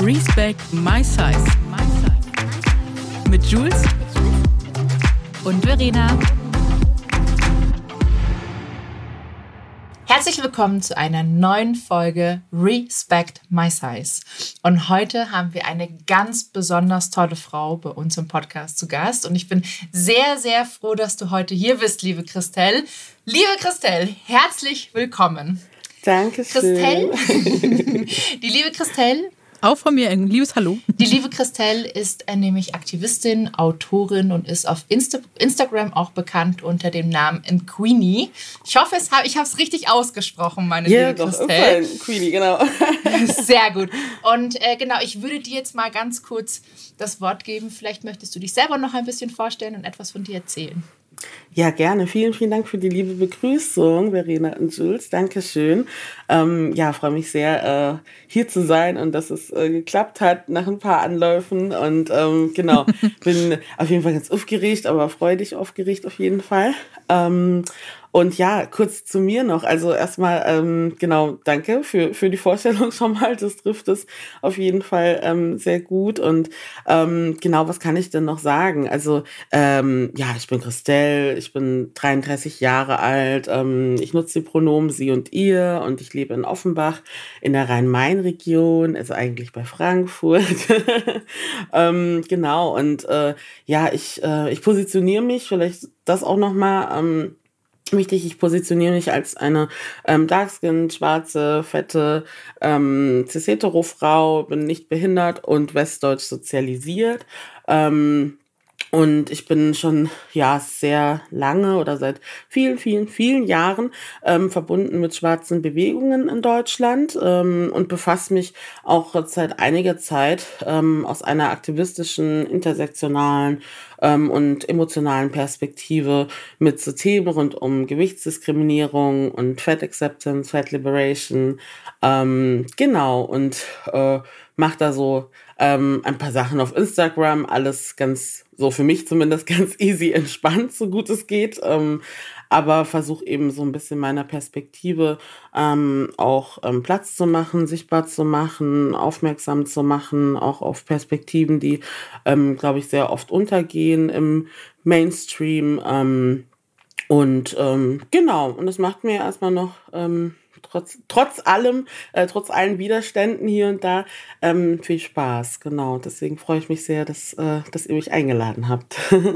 Respect My Size mit Jules und Verena. Herzlich willkommen zu einer neuen Folge Respect My Size. Und heute haben wir eine ganz besonders tolle Frau bei uns im Podcast zu Gast. Und ich bin sehr, sehr froh, dass du heute hier bist, liebe Christelle. Liebe Christelle, herzlich willkommen. Dankeschön. Christelle, die liebe Christelle. Auch von mir ein liebes Hallo. Die liebe Christelle ist nämlich Aktivistin, Autorin und ist auf Instagram auch bekannt unter dem Namen Queenie. Ich hoffe, ich habe es richtig ausgesprochen, meine liebe Christelle. Ja, doch, Queenie, genau. Sehr gut. Und genau, ich würde dir jetzt mal ganz kurz das Wort geben. Vielleicht möchtest du dich selber noch ein bisschen vorstellen und etwas von dir erzählen. Ja, gerne. Vielen, vielen Dank für die liebe Begrüßung, Verena und Jules. Dankeschön. Freue mich sehr, hier zu sein und dass es geklappt hat nach ein paar Anläufen. Und bin auf jeden Fall ganz aufgeregt, aber freudig aufgeregt auf jeden Fall. Und ja, kurz zu mir noch. Also erstmal, danke für die Vorstellung schon mal. Das trifft es auf jeden Fall sehr gut. Und was kann ich denn noch sagen? Also ich bin Christelle, ich bin 33 Jahre alt. Ich nutze die Pronomen sie und ihr und ich lebe in Offenbach in der Rhein-Main-Region, also eigentlich bei Frankfurt. Ich positioniere mich, vielleicht das auch nochmal wichtig, ich positioniere mich als eine dark-skin, schwarze, fette, cis-hetero-Frau, bin nicht behindert und westdeutsch sozialisiert. Und ich bin schon sehr lange oder seit vielen, vielen, vielen Jahren verbunden mit schwarzen Bewegungen in Deutschland und befasse mich auch seit einiger Zeit aus einer aktivistischen, intersektionalen und emotionalen Perspektive mit so Themen rund um Gewichtsdiskriminierung und Fat Acceptance, Fat Liberation. Und mache da so ein paar Sachen auf Instagram, alles ganz, so für mich zumindest, ganz easy entspannt, so gut es geht, aber versuche eben so ein bisschen meiner Perspektive auch Platz zu machen, sichtbar zu machen, aufmerksam zu machen, auch auf Perspektiven, die, glaube ich, sehr oft untergehen im Mainstream. Und das macht mir erstmal noch trotz allen Widerständen hier und da viel Spaß. Genau, deswegen freue ich mich sehr, dass ihr mich eingeladen habt.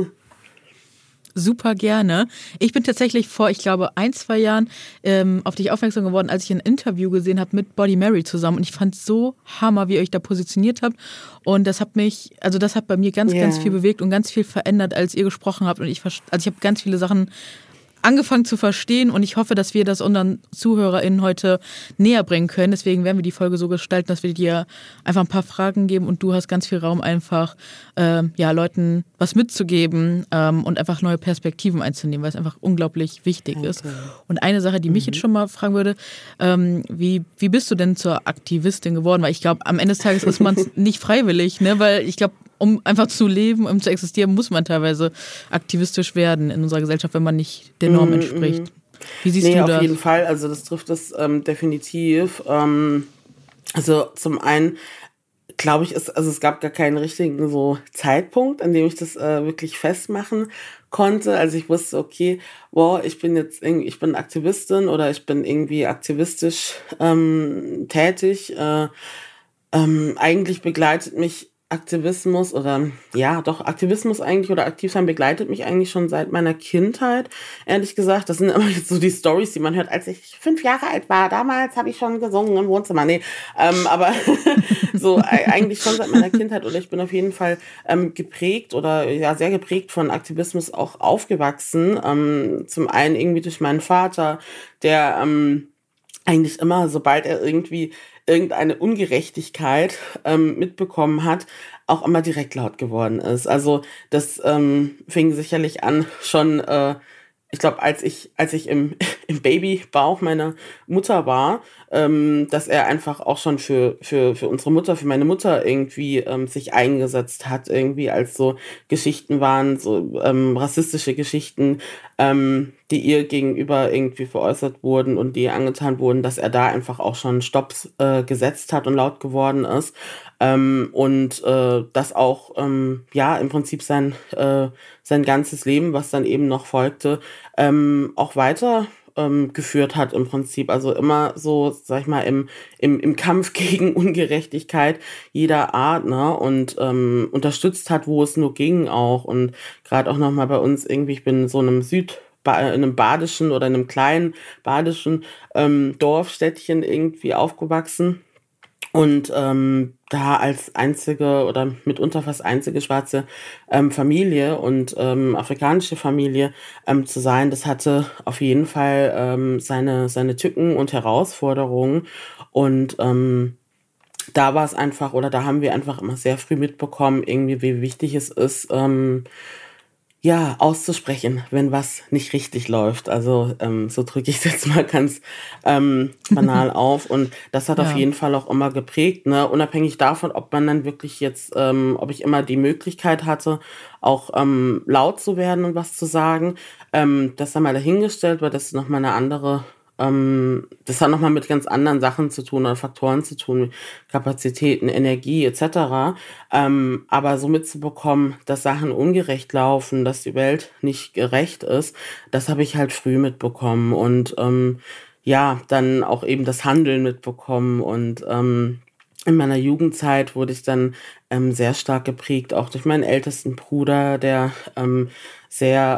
Super gerne. Ich bin tatsächlich vor, ich glaube, 1-2 Jahren auf dich aufmerksam geworden, als ich ein Interview gesehen habe mit Bloody Mary zusammen. Und ich fand es so Hammer, wie ihr euch da positioniert habt. Und das hat bei mir ganz viel bewegt und ganz viel verändert, als ihr gesprochen habt. Und ich habe ganz viele Sachen angefangen zu verstehen und ich hoffe, dass wir das unseren ZuhörerInnen heute näher bringen können. Deswegen werden wir die Folge so gestalten, dass wir dir einfach ein paar Fragen geben und du hast ganz viel Raum, einfach Leuten was mitzugeben und einfach neue Perspektiven einzunehmen, weil es einfach unglaublich wichtig ist. Und eine Sache, die mich jetzt schon mal fragen würde, wie bist du denn zur Aktivistin geworden? Weil ich glaube, am Ende des Tages ist man es nicht freiwillig, ne? Weil ich glaube, um einfach zu leben, um zu existieren, muss man teilweise aktivistisch werden in unserer Gesellschaft, wenn man nicht der Norm entspricht. Wie siehst du das? Auf jeden Fall, also das trifft es definitiv. Also zum einen glaube ich, es gab gar keinen richtigen so Zeitpunkt, an dem ich das wirklich festmachen konnte. Also ich wusste, okay, ich bin Aktivistin oder ich bin irgendwie aktivistisch tätig. Eigentlich begleitet mich Aktivismus Aktivismus eigentlich oder Aktivsein begleitet mich eigentlich schon seit meiner Kindheit, ehrlich gesagt. Das sind immer jetzt so die Storys, die man hört, als ich 5 Jahre alt war. Damals habe ich schon gesungen im Wohnzimmer. Aber so eigentlich schon seit meiner Kindheit oder ich bin auf jeden Fall geprägt oder sehr geprägt von Aktivismus auch aufgewachsen. Zum einen irgendwie durch meinen Vater, der eigentlich immer, sobald er irgendwie irgendeine Ungerechtigkeit mitbekommen hat, auch immer direkt laut geworden ist. Also das fing sicherlich an schon, ich glaube, als ich im im Babybauch meiner Mutter war, dass er einfach auch schon für unsere Mutter, für meine Mutter irgendwie sich eingesetzt hat, irgendwie als so Geschichten waren, so rassistische Geschichten, die ihr gegenüber irgendwie veräußert wurden und die ihr angetan wurden, dass er da einfach auch schon Stopps gesetzt hat und laut geworden ist. Und das auch, ja, im Prinzip sein ganzes Leben, was dann eben noch folgte, auch weiter geführt hat im Prinzip. Also immer so, sag ich mal, im Kampf gegen Ungerechtigkeit jeder Art, ne? Und unterstützt hat, wo es nur ging auch. Und gerade auch nochmal bei uns irgendwie, ich bin in so einem in einem badischen oder in einem kleinen badischen Dorfstädtchen irgendwie aufgewachsen. Und da als einzige oder mitunter fast einzige schwarze Familie und afrikanische Familie zu sein, das hatte auf jeden Fall seine Tücken und Herausforderungen. Und da war es einfach, oder da haben wir einfach immer sehr früh mitbekommen, irgendwie, wie wichtig es ist, ja, auszusprechen, wenn was nicht richtig läuft. Also so drücke ich es jetzt mal ganz banal auf. Und das hat auf Ja. jeden Fall auch immer geprägt, ne? Unabhängig davon, ob man dann wirklich jetzt, ob ich immer die Möglichkeit hatte, auch laut zu werden und was zu sagen. Das dann mal dahingestellt, weil das nochmal eine andere, das hat nochmal mit ganz anderen Sachen zu tun oder Faktoren zu tun, Kapazitäten, Energie etc. Aber so mitzubekommen, dass Sachen ungerecht laufen, dass die Welt nicht gerecht ist, das habe ich halt früh mitbekommen und ja, dann auch eben das Handeln mitbekommen und in meiner Jugendzeit wurde ich dann sehr stark geprägt, auch durch meinen ältesten Bruder, sehr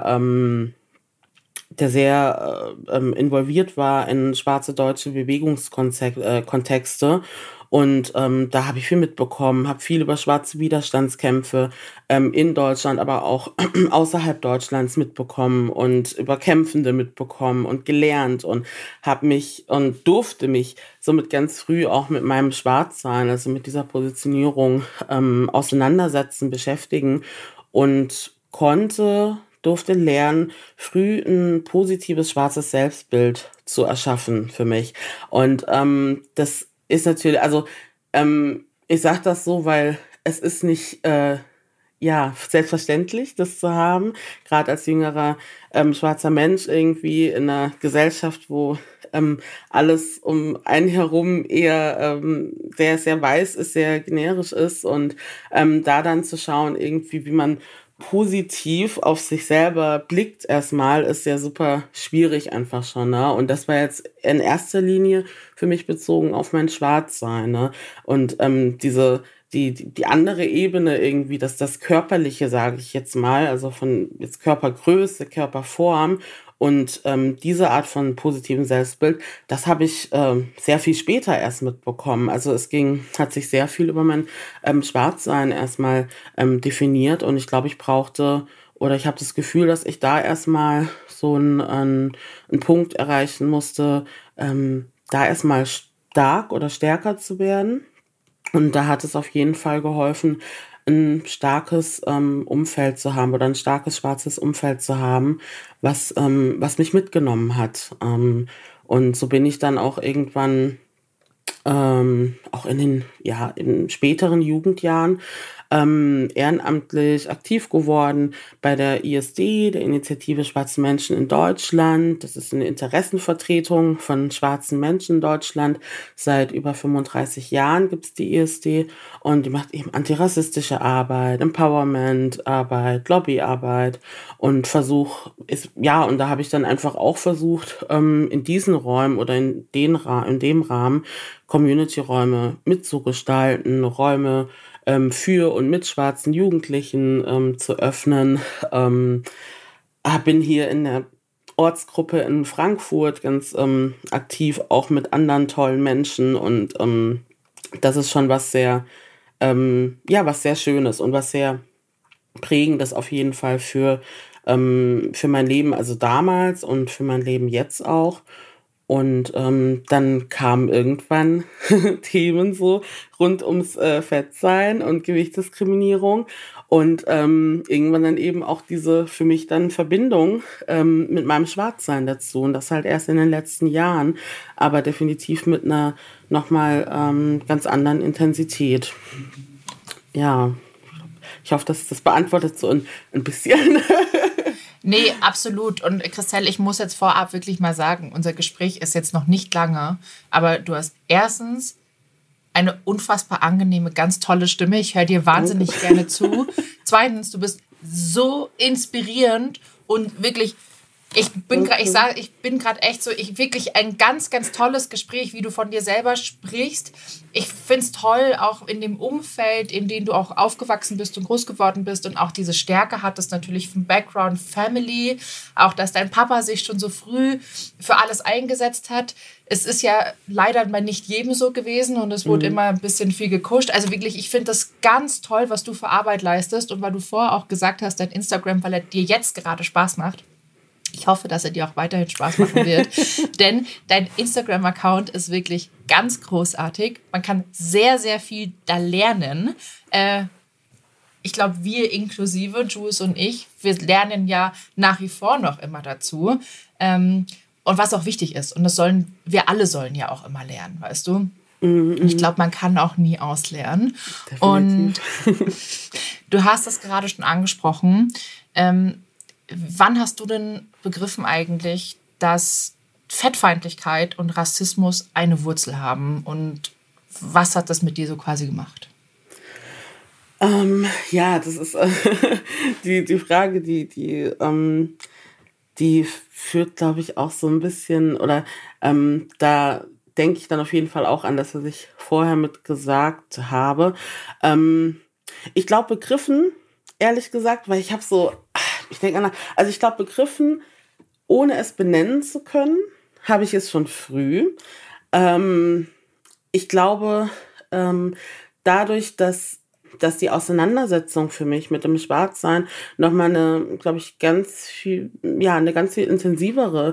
der sehr involviert war in schwarze deutsche Bewegungskontexte. Und da habe ich viel mitbekommen, habe viel über schwarze Widerstandskämpfe in Deutschland, aber auch außerhalb Deutschlands mitbekommen und über Kämpfende mitbekommen und gelernt und habe mich und durfte mich somit ganz früh auch mit meinem Schwarzsein, also mit dieser Positionierung auseinandersetzen, beschäftigen und durfte lernen, früh ein positives schwarzes Selbstbild zu erschaffen für mich. Und das ist natürlich, also ich sage das so, weil es ist nicht ja, selbstverständlich, das zu haben, gerade als jüngerer schwarzer Mensch irgendwie in einer Gesellschaft, wo alles um einen herum eher sehr, sehr weiß ist, sehr generisch ist und da dann zu schauen, irgendwie, wie man positiv auf sich selber blickt erstmal, ist ja super schwierig einfach schon, ne? Und das war jetzt in erster Linie für mich bezogen auf mein Schwarzsein, ne? Und die andere Ebene irgendwie, dass das Körperliche, sage ich jetzt mal, also von jetzt Körpergröße, Körperform und diese Art von positivem Selbstbild, das habe ich sehr viel später erst mitbekommen. Also hat sich sehr viel über mein Schwarzsein erstmal definiert und ich glaube, ich habe das Gefühl, dass ich da erstmal so einen Punkt erreichen musste, da erstmal stark oder stärker zu werden. Und da hat es auf jeden Fall geholfen, ein starkes Umfeld zu haben oder ein starkes schwarzes Umfeld zu haben, was mich mitgenommen hat. Und so bin ich dann auch irgendwann auch in späteren Jugendjahren ehrenamtlich aktiv geworden bei der ISD, der Initiative Schwarze Menschen in Deutschland. Das ist eine Interessenvertretung von schwarzen Menschen in Deutschland. Seit über 35 Jahren gibt es die ISD und die macht eben antirassistische Arbeit, Empowerment-Arbeit, Lobbyarbeit und und da habe ich dann einfach auch versucht, in diesen Räumen oder in dem Rahmen Community-Räume mitzugestalten, Räume für und mit schwarzen Jugendlichen zu öffnen. Bin hier in der Ortsgruppe in Frankfurt ganz aktiv, auch mit anderen tollen Menschen und das ist schon was sehr Schönes und was sehr Prägendes auf jeden Fall für mein Leben, also damals und für mein Leben jetzt auch. Und dann kamen irgendwann Themen so rund ums Fettsein und Gewichtsdiskriminierung und irgendwann dann eben auch diese für mich dann Verbindung mit meinem Schwarzsein dazu. Und das halt erst in den letzten Jahren, aber definitiv mit einer nochmal ganz anderen Intensität. Ja, ich hoffe, dass das beantwortet so ein bisschen. Nee, absolut. Und Christelle, ich muss jetzt vorab wirklich mal sagen, unser Gespräch ist jetzt noch nicht lange, aber du hast erstens eine unfassbar angenehme, ganz tolle Stimme. Ich höre dir wahnsinnig gerne zu. Zweitens, du bist so inspirierend und wirklich, ich bin gerade echt so, wirklich ein ganz, ganz tolles Gespräch, wie du von dir selber sprichst. Ich finde es toll, auch in dem Umfeld, in dem du auch aufgewachsen bist und groß geworden bist und auch diese Stärke hattest, natürlich vom Background Family, auch dass dein Papa sich schon so früh für alles eingesetzt hat. Es ist ja leider bei nicht jedem so gewesen und es wurde immer ein bisschen viel gekuscht. Also wirklich, ich finde das ganz toll, was du für Arbeit leistest und weil du vorher auch gesagt hast, dein Instagram, weil er dir jetzt gerade Spaß macht. Ich hoffe, dass er dir auch weiterhin Spaß machen wird, denn dein Instagram-Account ist wirklich ganz großartig. Man kann sehr, sehr viel da lernen. Ich glaube, wir inklusive, Jules und ich, wir lernen ja nach wie vor noch immer dazu. Und was auch wichtig ist, und wir alle sollen ja auch immer lernen, weißt du? Und ich glaube, man kann auch nie auslernen. Definitiv. Und du hast das gerade schon angesprochen. Wann hast du denn begriffen eigentlich, dass Fettfeindlichkeit und Rassismus eine Wurzel haben? Und was hat das mit dir so quasi gemacht? Ja, das ist die Frage, die führt, glaube ich, auch so ein bisschen, oder da denke ich dann auf jeden Fall auch an das, was ich vorher mit gesagt habe. Ich glaube, begriffen, ehrlich gesagt, weil ich habe so... Ich denke, also ich glaube, begriffen, ohne es benennen zu können, habe ich es schon früh. Ich glaube, dadurch, dass die Auseinandersetzung für mich mit dem Schwarzsein nochmal eine, glaube ich, eine ganz viel intensivere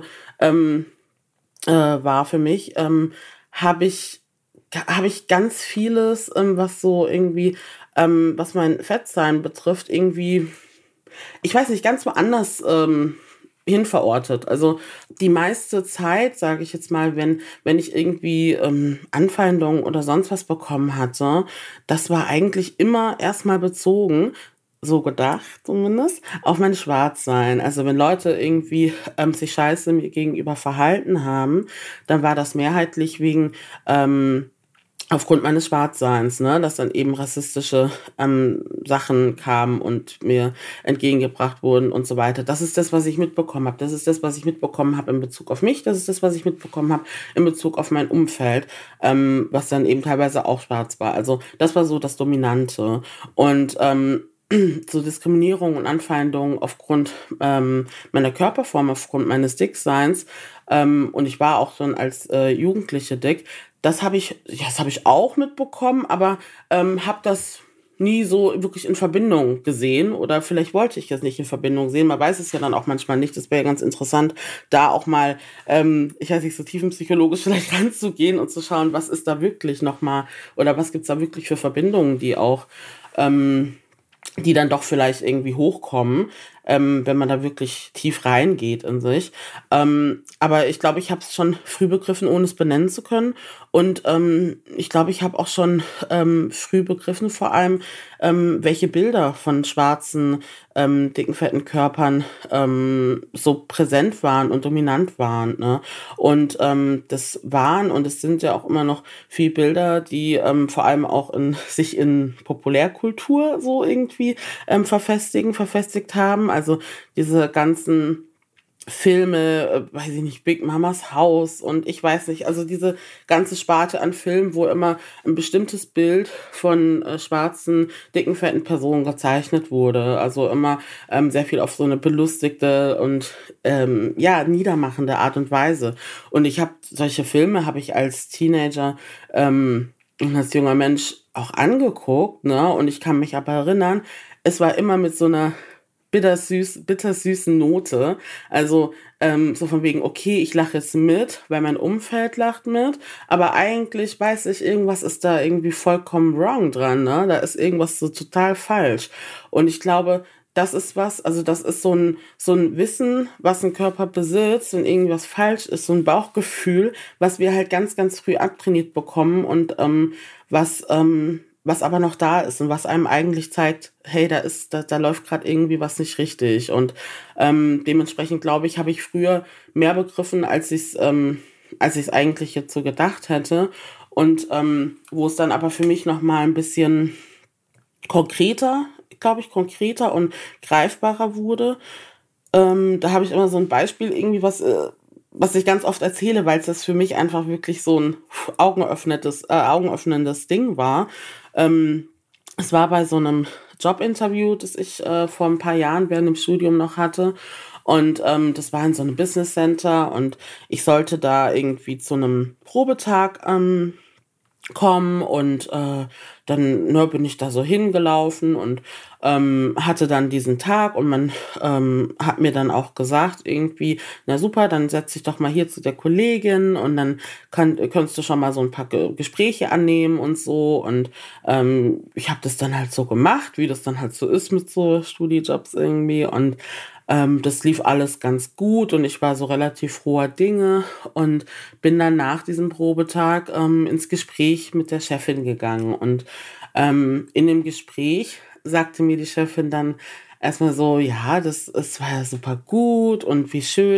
war für mich, habe ich ganz vieles, was so irgendwie, was mein Fettsein betrifft, irgendwie, ich weiß nicht, ganz woanders hin verortet. Also die meiste Zeit, sage ich jetzt mal, wenn ich irgendwie Anfeindungen oder sonst was bekommen hatte, das war eigentlich immer erstmal bezogen, so gedacht zumindest, auf mein Schwarzsein. Also wenn Leute irgendwie sich scheiße mir gegenüber verhalten haben, dann war das mehrheitlich wegen aufgrund meines Schwarzseins, ne, dass dann eben rassistische Sachen kamen und mir entgegengebracht wurden und so weiter. Das ist das, was ich mitbekommen habe. Das ist das, was ich mitbekommen habe in Bezug auf mich. Das ist das, was ich mitbekommen habe in Bezug auf mein Umfeld, was dann eben teilweise auch schwarz war. Also das war so das Dominante. Und so Diskriminierung und Anfeindungen aufgrund meiner Körperform, aufgrund meines Dickseins, und ich war auch schon als Jugendliche dick, das habe ich auch mitbekommen, aber habe das nie so wirklich in Verbindung gesehen oder vielleicht wollte ich das nicht in Verbindung sehen. Man weiß es ja dann auch manchmal nicht. Das wäre ja ganz interessant, da auch mal, ich weiß nicht, so tiefenpsychologisch vielleicht ranzugehen und zu schauen, was ist da wirklich nochmal oder was gibt's da wirklich für Verbindungen, die auch die dann doch vielleicht irgendwie hochkommen, wenn man da wirklich tief reingeht in sich. Aber ich glaube, ich habe es schon früh begriffen, ohne es benennen zu können. Und ich glaube, ich habe auch schon früh begriffen, vor allem, welche Bilder von schwarzen, dicken, fetten Körpern so präsent waren und dominant waren. Ne? Und das waren, und es sind ja auch immer noch viele Bilder, die vor allem auch sich in Populärkultur so irgendwie verfestigt haben. Also diese ganzen Filme, weiß ich nicht, Big Mamas Haus und ich weiß nicht, also diese ganze Sparte an Filmen, wo immer ein bestimmtes Bild von schwarzen, dicken, fetten Personen gezeichnet wurde. Also immer sehr viel auf so eine belustigte und niedermachende Art und Weise. Und solche Filme habe ich als Teenager und als junger Mensch auch angeguckt, ne? Und ich kann mich aber erinnern, es war immer mit so einer bittersüßen Note. Also so von wegen, okay, ich lache jetzt mit, weil mein Umfeld lacht mit, aber eigentlich weiß ich, irgendwas ist da irgendwie vollkommen wrong dran, ne? Da ist irgendwas so total falsch. Und ich glaube, das ist also das ist so ein Wissen, was ein Körper besitzt, wenn irgendwas falsch ist, so ein Bauchgefühl, was wir halt ganz, ganz früh abtrainiert bekommen und was aber noch da ist und was einem eigentlich zeigt, hey, da läuft gerade irgendwie was nicht richtig. Und dementsprechend, glaube ich, habe ich früher mehr begriffen, als ich es eigentlich jetzt so gedacht hätte. Und wo es dann aber für mich nochmal ein bisschen konkreter und greifbarer wurde. Da habe ich immer so ein Beispiel, irgendwie was ich ganz oft erzähle, weil es das für mich einfach wirklich so ein augenöffnendes Ding war. Es war bei so einem Jobinterview, das ich vor ein paar Jahren während dem Studium noch hatte. Und das war in so einem Business Center und ich sollte da irgendwie zu einem Probetag kommen und dann bin ich da so hingelaufen und hatte dann diesen Tag und man hat mir dann auch gesagt irgendwie, na super, dann setz dich doch mal hier zu der Kollegin und dann kannst du schon mal so ein paar Gespräche annehmen und so und ich habe das dann halt so gemacht, wie das dann halt so ist mit so Studijobs irgendwie und das lief alles ganz gut und ich war so relativ froher Dinge und bin dann nach diesem Probetag ins Gespräch mit der Chefin gegangen. Und in dem Gespräch sagte mir die Chefin dann erstmal so, ja, es war ja super gut und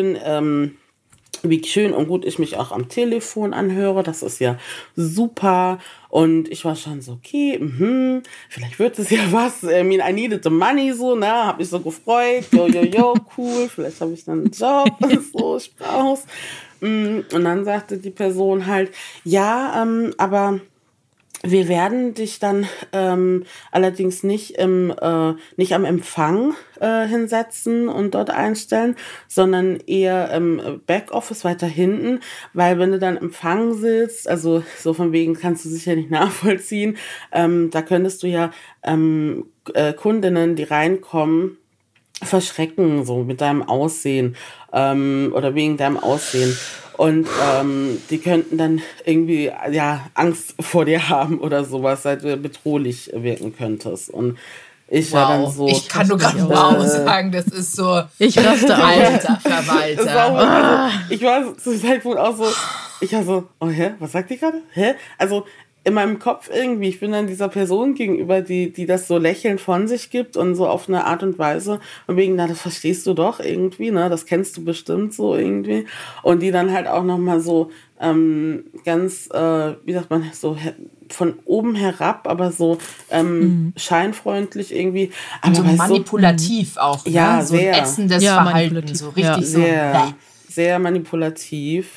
wie schön und gut ich mich auch am Telefon anhöre, das ist ja super. Und ich war schon so, okay, vielleicht wird es ja was. I mean, I needed the money, so, ne, hab mich so gefreut, cool, vielleicht habe ich dann einen Job, so, ich brauch's. Und dann sagte die Person halt, ja, aber wir werden dich dann allerdings nicht am Empfang hinsetzen und dort einstellen, sondern eher im Backoffice weiter hinten, weil wenn du dann im Empfang sitzt, also so von wegen kannst du sicher nicht nachvollziehen, da könntest du ja Kundinnen, die reinkommen, verschrecken, so mit deinem Aussehen oder wegen deinem Aussehen. Und die könnten dann irgendwie Angst vor dir haben oder sowas, weil du bedrohlich wirken könntest. Und ich war dann so... Ich kann nur gerade wow sagen, das ist so... Ich raste alter Verwalter. Ich war zu dem Zeitpunkt auch so... Ich war so, oh hä, was sagt die gerade? Hä? Also in meinem Kopf irgendwie, ich bin dann dieser Person gegenüber, die das so lächelnd von sich gibt und so auf eine Art und Weise und wegen, das verstehst du doch irgendwie, ne, das kennst du bestimmt so irgendwie und die dann halt auch nochmal so ganz, wie sagt man, so von oben herab, aber so scheinfreundlich irgendwie. Aber so manipulativ auch, ja, ne? So sehr. ein ätzendes Verhalten, so richtig so. Sehr manipulativ,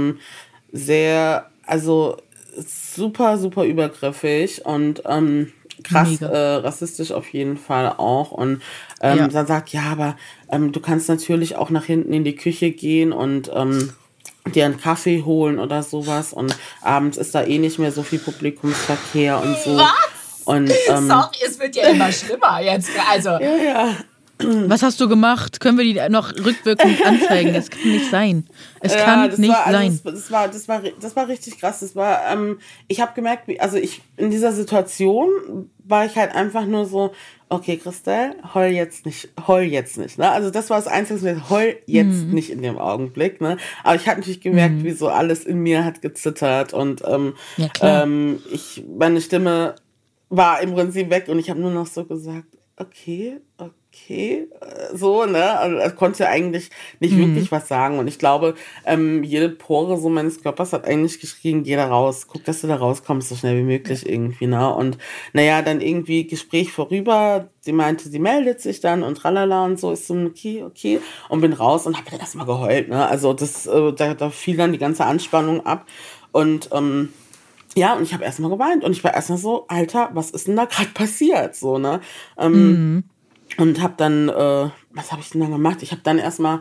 sehr, also super, super übergriffig und krass rassistisch auf jeden Fall auch. Und dann sagt, ja, aber du kannst natürlich auch nach hinten in die Küche gehen und dir einen Kaffee holen oder sowas. Und abends ist da eh nicht mehr so viel Publikumsverkehr und so. Was? Und, sorry, es wird ja immer schlimmer jetzt. Also. Ja. Was hast du gemacht? Können wir die noch rückwirkend anzeigen? Das kann nicht sein. Es kann nicht sein. Das war richtig krass. Das war, ich habe gemerkt, in dieser Situation war ich halt einfach nur so, okay, Christelle, heul jetzt nicht. Ne? Also das war das Einzige, heul jetzt nicht in dem Augenblick. Ne? Aber ich habe natürlich gemerkt, wie so alles in mir hat gezittert und meine Stimme war im Prinzip weg und ich habe nur noch so gesagt, okay, so, ne, also konnte eigentlich nicht wirklich was sagen und ich glaube, jede Pore so meines Körpers hat eigentlich geschrien, geh da raus, guck, dass du da rauskommst, so schnell wie möglich irgendwie, ne, und naja, dann irgendwie Gespräch vorüber, sie meinte, sie meldet sich dann und tralala und so, ist so, okay, und bin raus und hab dann erstmal geheult, ne, also das, da fiel dann die ganze Anspannung ab und, ja, und ich habe erstmal geweint und ich war erstmal so, Alter, was ist denn da gerade passiert, so, ne, und habe dann, was habe ich denn dann gemacht? Ich habe dann erstmal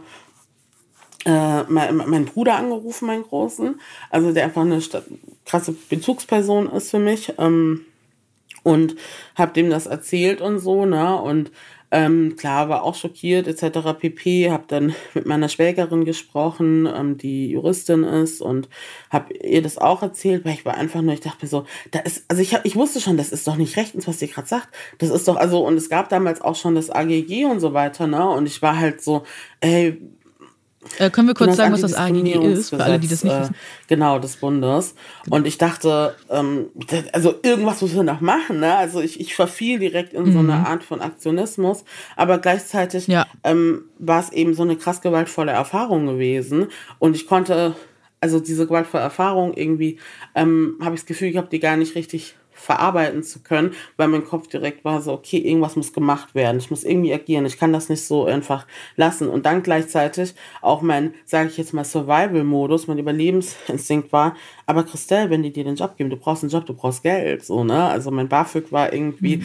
meinen Bruder angerufen, meinen Großen, also der einfach eine krasse Bezugsperson ist für mich, und habe dem das erzählt und so, ne, und Klar, war auch schockiert etc. pp. Habe dann mit meiner Schwägerin gesprochen, die Juristin ist, und habe ihr das auch erzählt, weil ich war einfach nur, ich dachte mir so, da ist, also ich wusste schon, das ist doch nicht rechtens, was ihr gerade sagt. Das ist doch, also, und es gab damals auch schon das AGG und so weiter, ne? Und ich war halt so, ey, können wir kurz sagen, was das AGG ist, für alle, die das nicht wissen? Genau, des Bundes. Und ich dachte, also irgendwas müssen wir noch machen, ne? Also ich verfiel direkt in so eine Art von Aktionismus, aber gleichzeitig war es eben so eine krass gewaltvolle Erfahrung gewesen. Und ich konnte, also diese gewaltvolle Erfahrung irgendwie, habe ich das Gefühl, ich habe die gar nicht richtig verarbeiten zu können, weil mein Kopf direkt war so, okay, irgendwas muss gemacht werden, ich muss irgendwie agieren, ich kann das nicht so einfach lassen. Und dann gleichzeitig auch mein, sage ich jetzt mal, Survival-Modus, mein Überlebensinstinkt war, aber Christelle, wenn die dir den Job geben, du brauchst einen Job, du brauchst Geld, so, ne? Also mein BAföG war irgendwie,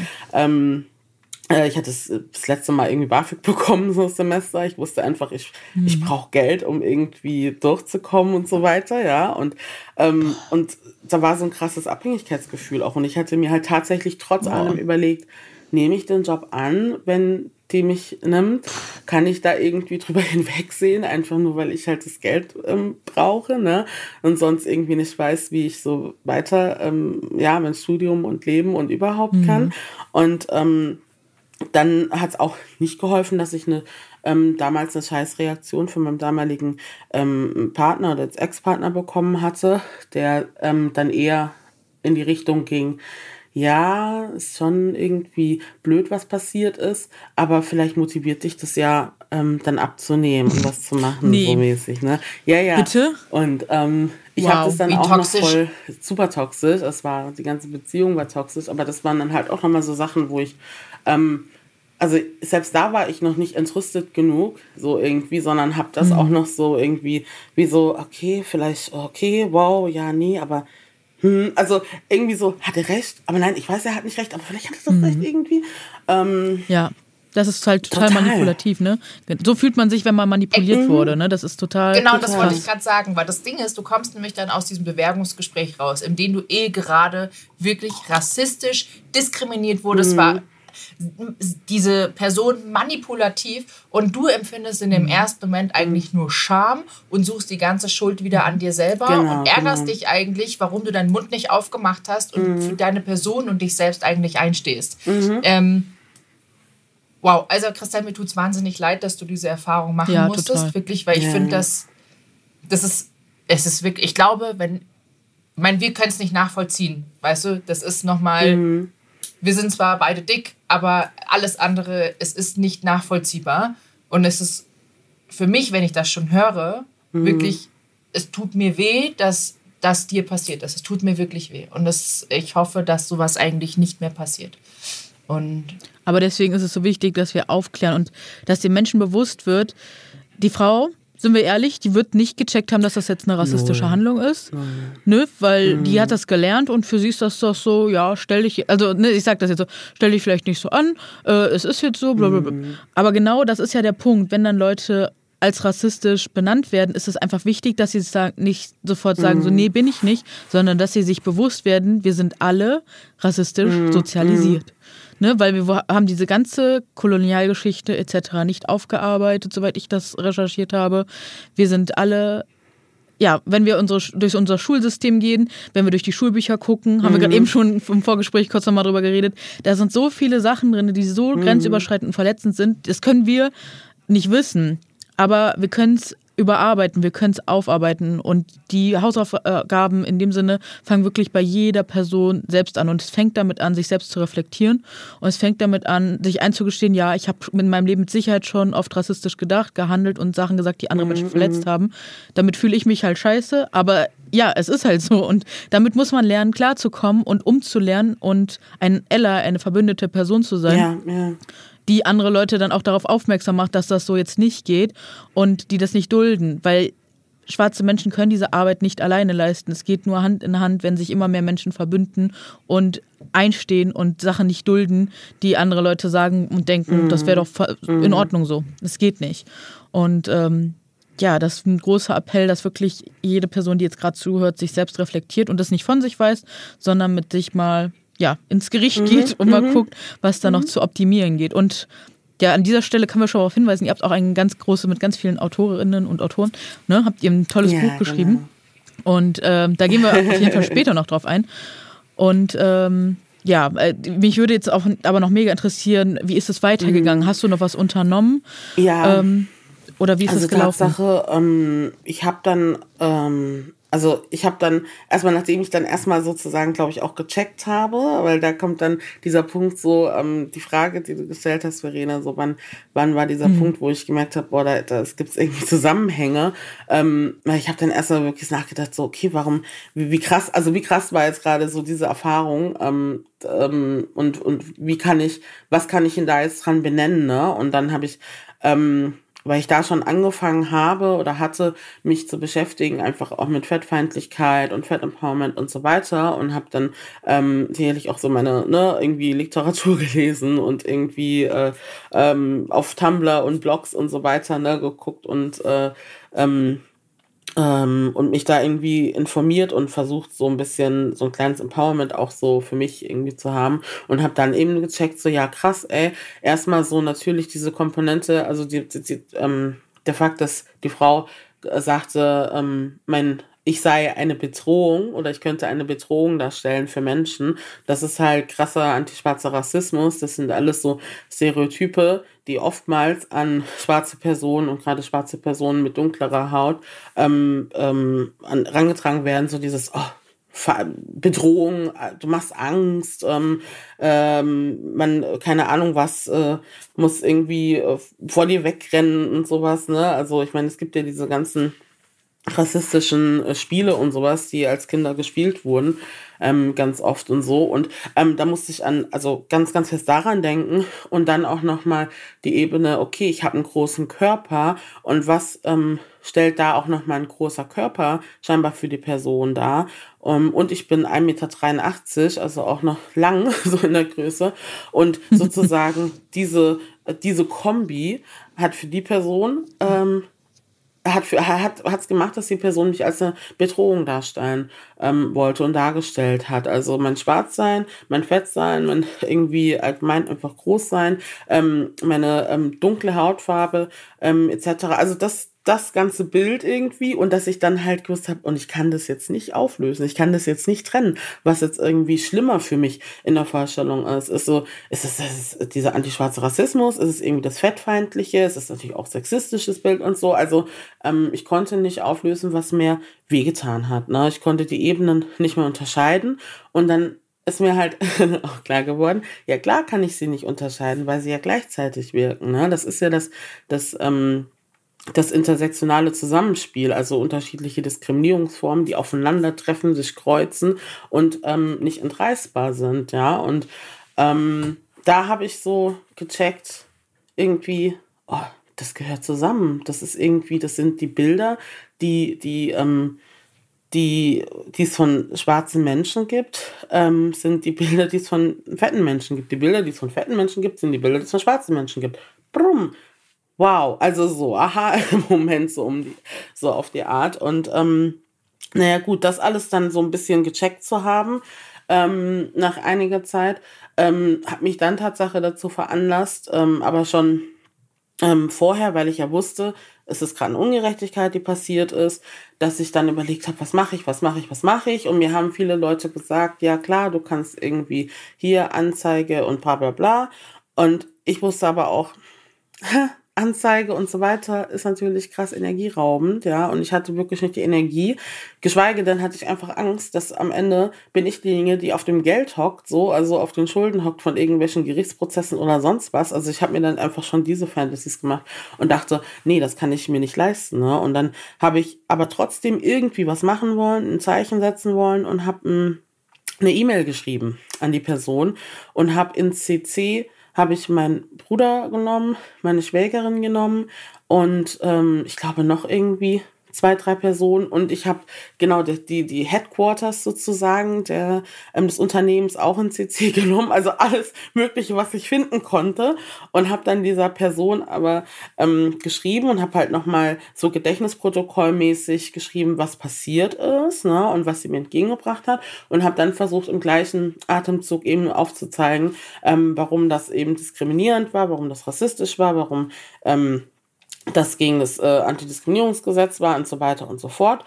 ich hatte das letzte Mal irgendwie BAföG bekommen, so das Semester. Ich wusste einfach, ich brauche Geld, um irgendwie durchzukommen und so weiter, ja. Und da war so ein krasses Abhängigkeitsgefühl auch. Und ich hatte mir halt tatsächlich trotz allem überlegt, nehme ich den Job an, wenn die mich nimmt? Kann ich da irgendwie drüber hinwegsehen, einfach nur, weil ich halt das Geld brauche, ne? Und sonst irgendwie nicht weiß, wie ich so weiter, mein Studium und Leben und überhaupt kann. Und dann hat es auch nicht geholfen, dass ich damals eine Scheißreaktion von meinem damaligen Partner oder als Ex-Partner bekommen hatte, der dann eher in die Richtung ging, ja, ist schon irgendwie blöd, was passiert ist, aber vielleicht motiviert dich das ja, dann abzunehmen und was zu machen, so mäßig, ne? Ja. Bitte? Und ich habe das dann auch toxisch. Noch voll super toxisch. Die ganze Beziehung war toxisch, aber das waren dann halt auch nochmal so Sachen, wo ich also selbst da war ich noch nicht entrüstet genug, so irgendwie, sondern habe das auch noch so irgendwie, wie so, okay, vielleicht, okay, wow, ja, nee, aber also irgendwie so, hat er recht, aber nein, ich weiß, er hat nicht recht, aber vielleicht hat er doch recht irgendwie. Ja, das ist halt total manipulativ, ne? So fühlt man sich, wenn man manipuliert wurde, ne? Das ist total... Genau, das wollte ich gerade sagen, weil das Ding ist, du kommst nämlich dann aus diesem Bewerbungsgespräch raus, in dem du gerade wirklich rassistisch diskriminiert wurdest, war diese Person manipulativ und du empfindest in dem ersten Moment eigentlich nur Scham und suchst die ganze Schuld wieder an dir selber und ärgerst dich eigentlich, warum du deinen Mund nicht aufgemacht hast und für deine Person und dich selbst eigentlich einstehst. Wow, also Christelle, mir tut's wahnsinnig leid, dass du diese Erfahrung machen musstest, total. Wirklich, weil ich finde, es ist wirklich, ich glaube, wir können es nicht nachvollziehen, weißt du, das ist nochmal, wir sind zwar beide dick, aber alles andere, es ist nicht nachvollziehbar und es ist für mich, wenn ich das schon höre, wirklich, es tut mir weh, dass das dir passiert ist, es tut mir wirklich weh und ich hoffe, dass sowas eigentlich nicht mehr passiert. Aber deswegen ist es so wichtig, dass wir aufklären und dass den Menschen bewusst wird, die Frau, sind wir ehrlich, die wird nicht gecheckt haben, dass das jetzt eine rassistische Handlung ist. Nö, weil die hat das gelernt und für sie ist das doch so, ja, ich sag das jetzt so, stell dich vielleicht nicht so an, es ist jetzt so, blablabla. Aber genau das ist ja der Punkt, wenn dann Leute als rassistisch benannt werden, ist es einfach wichtig, dass sie nicht sofort sagen, so, nee, bin ich nicht, sondern dass sie sich bewusst werden, wir sind alle rassistisch sozialisiert. Ne, weil wir haben diese ganze Kolonialgeschichte etc. nicht aufgearbeitet, soweit ich das recherchiert habe. Wir sind alle, ja, wenn wir durch unser Schulsystem gehen, wenn wir durch die Schulbücher gucken, haben wir gerade eben schon im Vorgespräch kurz nochmal drüber geredet, da sind so viele Sachen drin, die so grenzüberschreitend und verletzend sind, das können wir nicht wissen, aber wir können es überarbeiten, wir können es aufarbeiten und die Hausaufgaben in dem Sinne fangen wirklich bei jeder Person selbst an und es fängt damit an, sich selbst zu reflektieren und es fängt damit an, sich einzugestehen, ja, ich habe in meinem Leben mit Sicherheit schon oft rassistisch gedacht, gehandelt und Sachen gesagt, die andere Menschen verletzt haben. Damit fühle ich mich halt scheiße, aber ja, es ist halt so und damit muss man lernen, klarzukommen und umzulernen und ein Ally, eine verbündete Person zu sein. Ja. Die andere Leute dann auch darauf aufmerksam macht, dass das so jetzt nicht geht und die das nicht dulden, weil schwarze Menschen können diese Arbeit nicht alleine leisten. Es geht nur Hand in Hand, wenn sich immer mehr Menschen verbünden und einstehen und Sachen nicht dulden, die andere Leute sagen und denken, das wäre doch in Ordnung so. Das geht nicht. Und das ist ein großer Appell, dass wirklich jede Person, die jetzt gerade zuhört, sich selbst reflektiert und das nicht von sich weiß, sondern mit sich mal ins Gericht geht und mal guckt, was da noch zu optimieren geht. Und ja, an dieser Stelle können wir schon darauf hinweisen, ihr habt auch ein ganz großes mit ganz vielen Autorinnen und Autoren, ne? Habt ihr ein tolles Buch geschrieben. Genau. Und da gehen wir auf jeden Fall später noch drauf ein. Und mich würde jetzt auch aber noch mega interessieren, wie ist es weitergegangen? Hast du noch was unternommen? Ja. Oder wie ist es gelaufen? Tatsache, ich habe dann erstmal, nachdem ich dann erstmal sozusagen, glaube ich, auch gecheckt habe, weil da kommt dann dieser Punkt so, die Frage, die du gestellt hast, Verena, so wann war dieser Punkt, wo ich gemerkt habe, boah, da gibt's irgendwie Zusammenhänge. Ich habe dann erstmal wirklich nachgedacht, so, okay, wie krass war jetzt gerade so diese Erfahrung, und was kann ich denn da jetzt dran benennen, ne? Und dann habe ich, weil ich da schon angefangen habe oder hatte, mich zu beschäftigen, einfach auch mit Fettfeindlichkeit und Fettempowerment und so weiter, und habe dann sicherlich auch so meine irgendwie Literatur gelesen und irgendwie auf Tumblr und Blogs und so weiter geguckt und mich da irgendwie informiert und versucht, so ein bisschen so ein kleines Empowerment auch so für mich irgendwie zu haben, und habe dann eben gecheckt, so ja krass, erstmal so natürlich diese Komponente, also der Fakt, dass die Frau sagte, ich sei eine Bedrohung oder ich könnte eine Bedrohung darstellen für Menschen. Das ist halt krasser antischwarzer Rassismus. Das sind alles so Stereotype, die oftmals an schwarze Personen und gerade schwarze Personen mit dunklerer Haut rangetragen werden. So dieses Bedrohung, du machst Angst, keine Ahnung was, muss irgendwie vor dir wegrennen und sowas, ne? Also ich meine, es gibt ja diese ganzen rassistischen Spiele und sowas, die als Kinder gespielt wurden, ganz oft und so. Und da musste ich ganz, ganz fest daran denken und dann auch nochmal die Ebene, okay, ich habe einen großen Körper und was stellt da auch nochmal ein großer Körper scheinbar für die Person dar. Und ich bin 1,83 Meter, also auch noch lang, so in der Größe. Und sozusagen diese Kombi hat für die Person hat's gemacht, dass die Person mich als eine Bedrohung darstellen wollte und dargestellt hat. Also mein Schwarzsein, mein Fettsein, mein irgendwie allgemein einfach groß sein, meine dunkle Hautfarbe etc. Also das ganze Bild irgendwie, und dass ich dann halt gewusst habe, und ich kann das jetzt nicht auflösen, ich kann das jetzt nicht trennen, was jetzt irgendwie schlimmer für mich in der Vorstellung ist. Ist es dieser antischwarze Rassismus, ist es irgendwie das Fettfeindliche, es ist natürlich auch sexistisches Bild und so. Also ich konnte nicht auflösen, was mir wehgetan hat. Ne? Ich konnte die Ebenen nicht mehr unterscheiden, und dann ist mir halt auch klar geworden, ja klar kann ich sie nicht unterscheiden, weil sie ja gleichzeitig wirken. Ne? Das ist ja das intersektionale Zusammenspiel, also unterschiedliche Diskriminierungsformen, die aufeinandertreffen, sich kreuzen und nicht entreißbar sind, ja. Und da habe ich so gecheckt, irgendwie, das gehört zusammen. Das sind die Bilder, die es von schwarzen Menschen gibt, sind die Bilder, die es von fetten Menschen gibt. Die Bilder, die es von fetten Menschen gibt, sind die Bilder, die es von schwarzen Menschen gibt. Brumm. Wow, also so, im Moment so auf die Art. Und naja gut, das alles dann so ein bisschen gecheckt zu haben, nach einiger Zeit, hat mich dann Tatsache dazu veranlasst, aber schon vorher, weil ich ja wusste, es ist gerade eine Ungerechtigkeit, die passiert ist, dass ich dann überlegt habe, was mache ich? Und mir haben viele Leute gesagt, ja klar, du kannst irgendwie hier Anzeige und bla bla bla. Und ich wusste aber auch, Anzeige und so weiter ist natürlich krass energieraubend, ja, und ich hatte wirklich nicht die Energie, geschweige denn hatte ich einfach Angst, dass am Ende bin ich diejenige, die auf dem Geld hockt, so, also auf den Schulden hockt von irgendwelchen Gerichtsprozessen oder sonst was. Also ich habe mir dann einfach schon diese Fantasies gemacht und dachte, nee, das kann ich mir nicht leisten, ne? Und dann habe ich aber trotzdem irgendwie was machen wollen, ein Zeichen setzen wollen und habe eine E-Mail geschrieben an die Person und habe in CC habe ich meinen Bruder genommen, meine Schwägerin genommen und ich glaube noch irgendwie 2, 3 Personen und ich habe genau die Headquarters sozusagen des Unternehmens auch in CC genommen, also alles Mögliche, was ich finden konnte und habe dann dieser Person aber geschrieben und habe halt nochmal so gedächtnisprotokollmäßig geschrieben, was passiert ist, ne, und was sie mir entgegengebracht hat und habe dann versucht, im gleichen Atemzug eben aufzuzeigen, warum das eben diskriminierend war, warum das rassistisch war, warum das gegen das Antidiskriminierungsgesetz war und so weiter und so fort.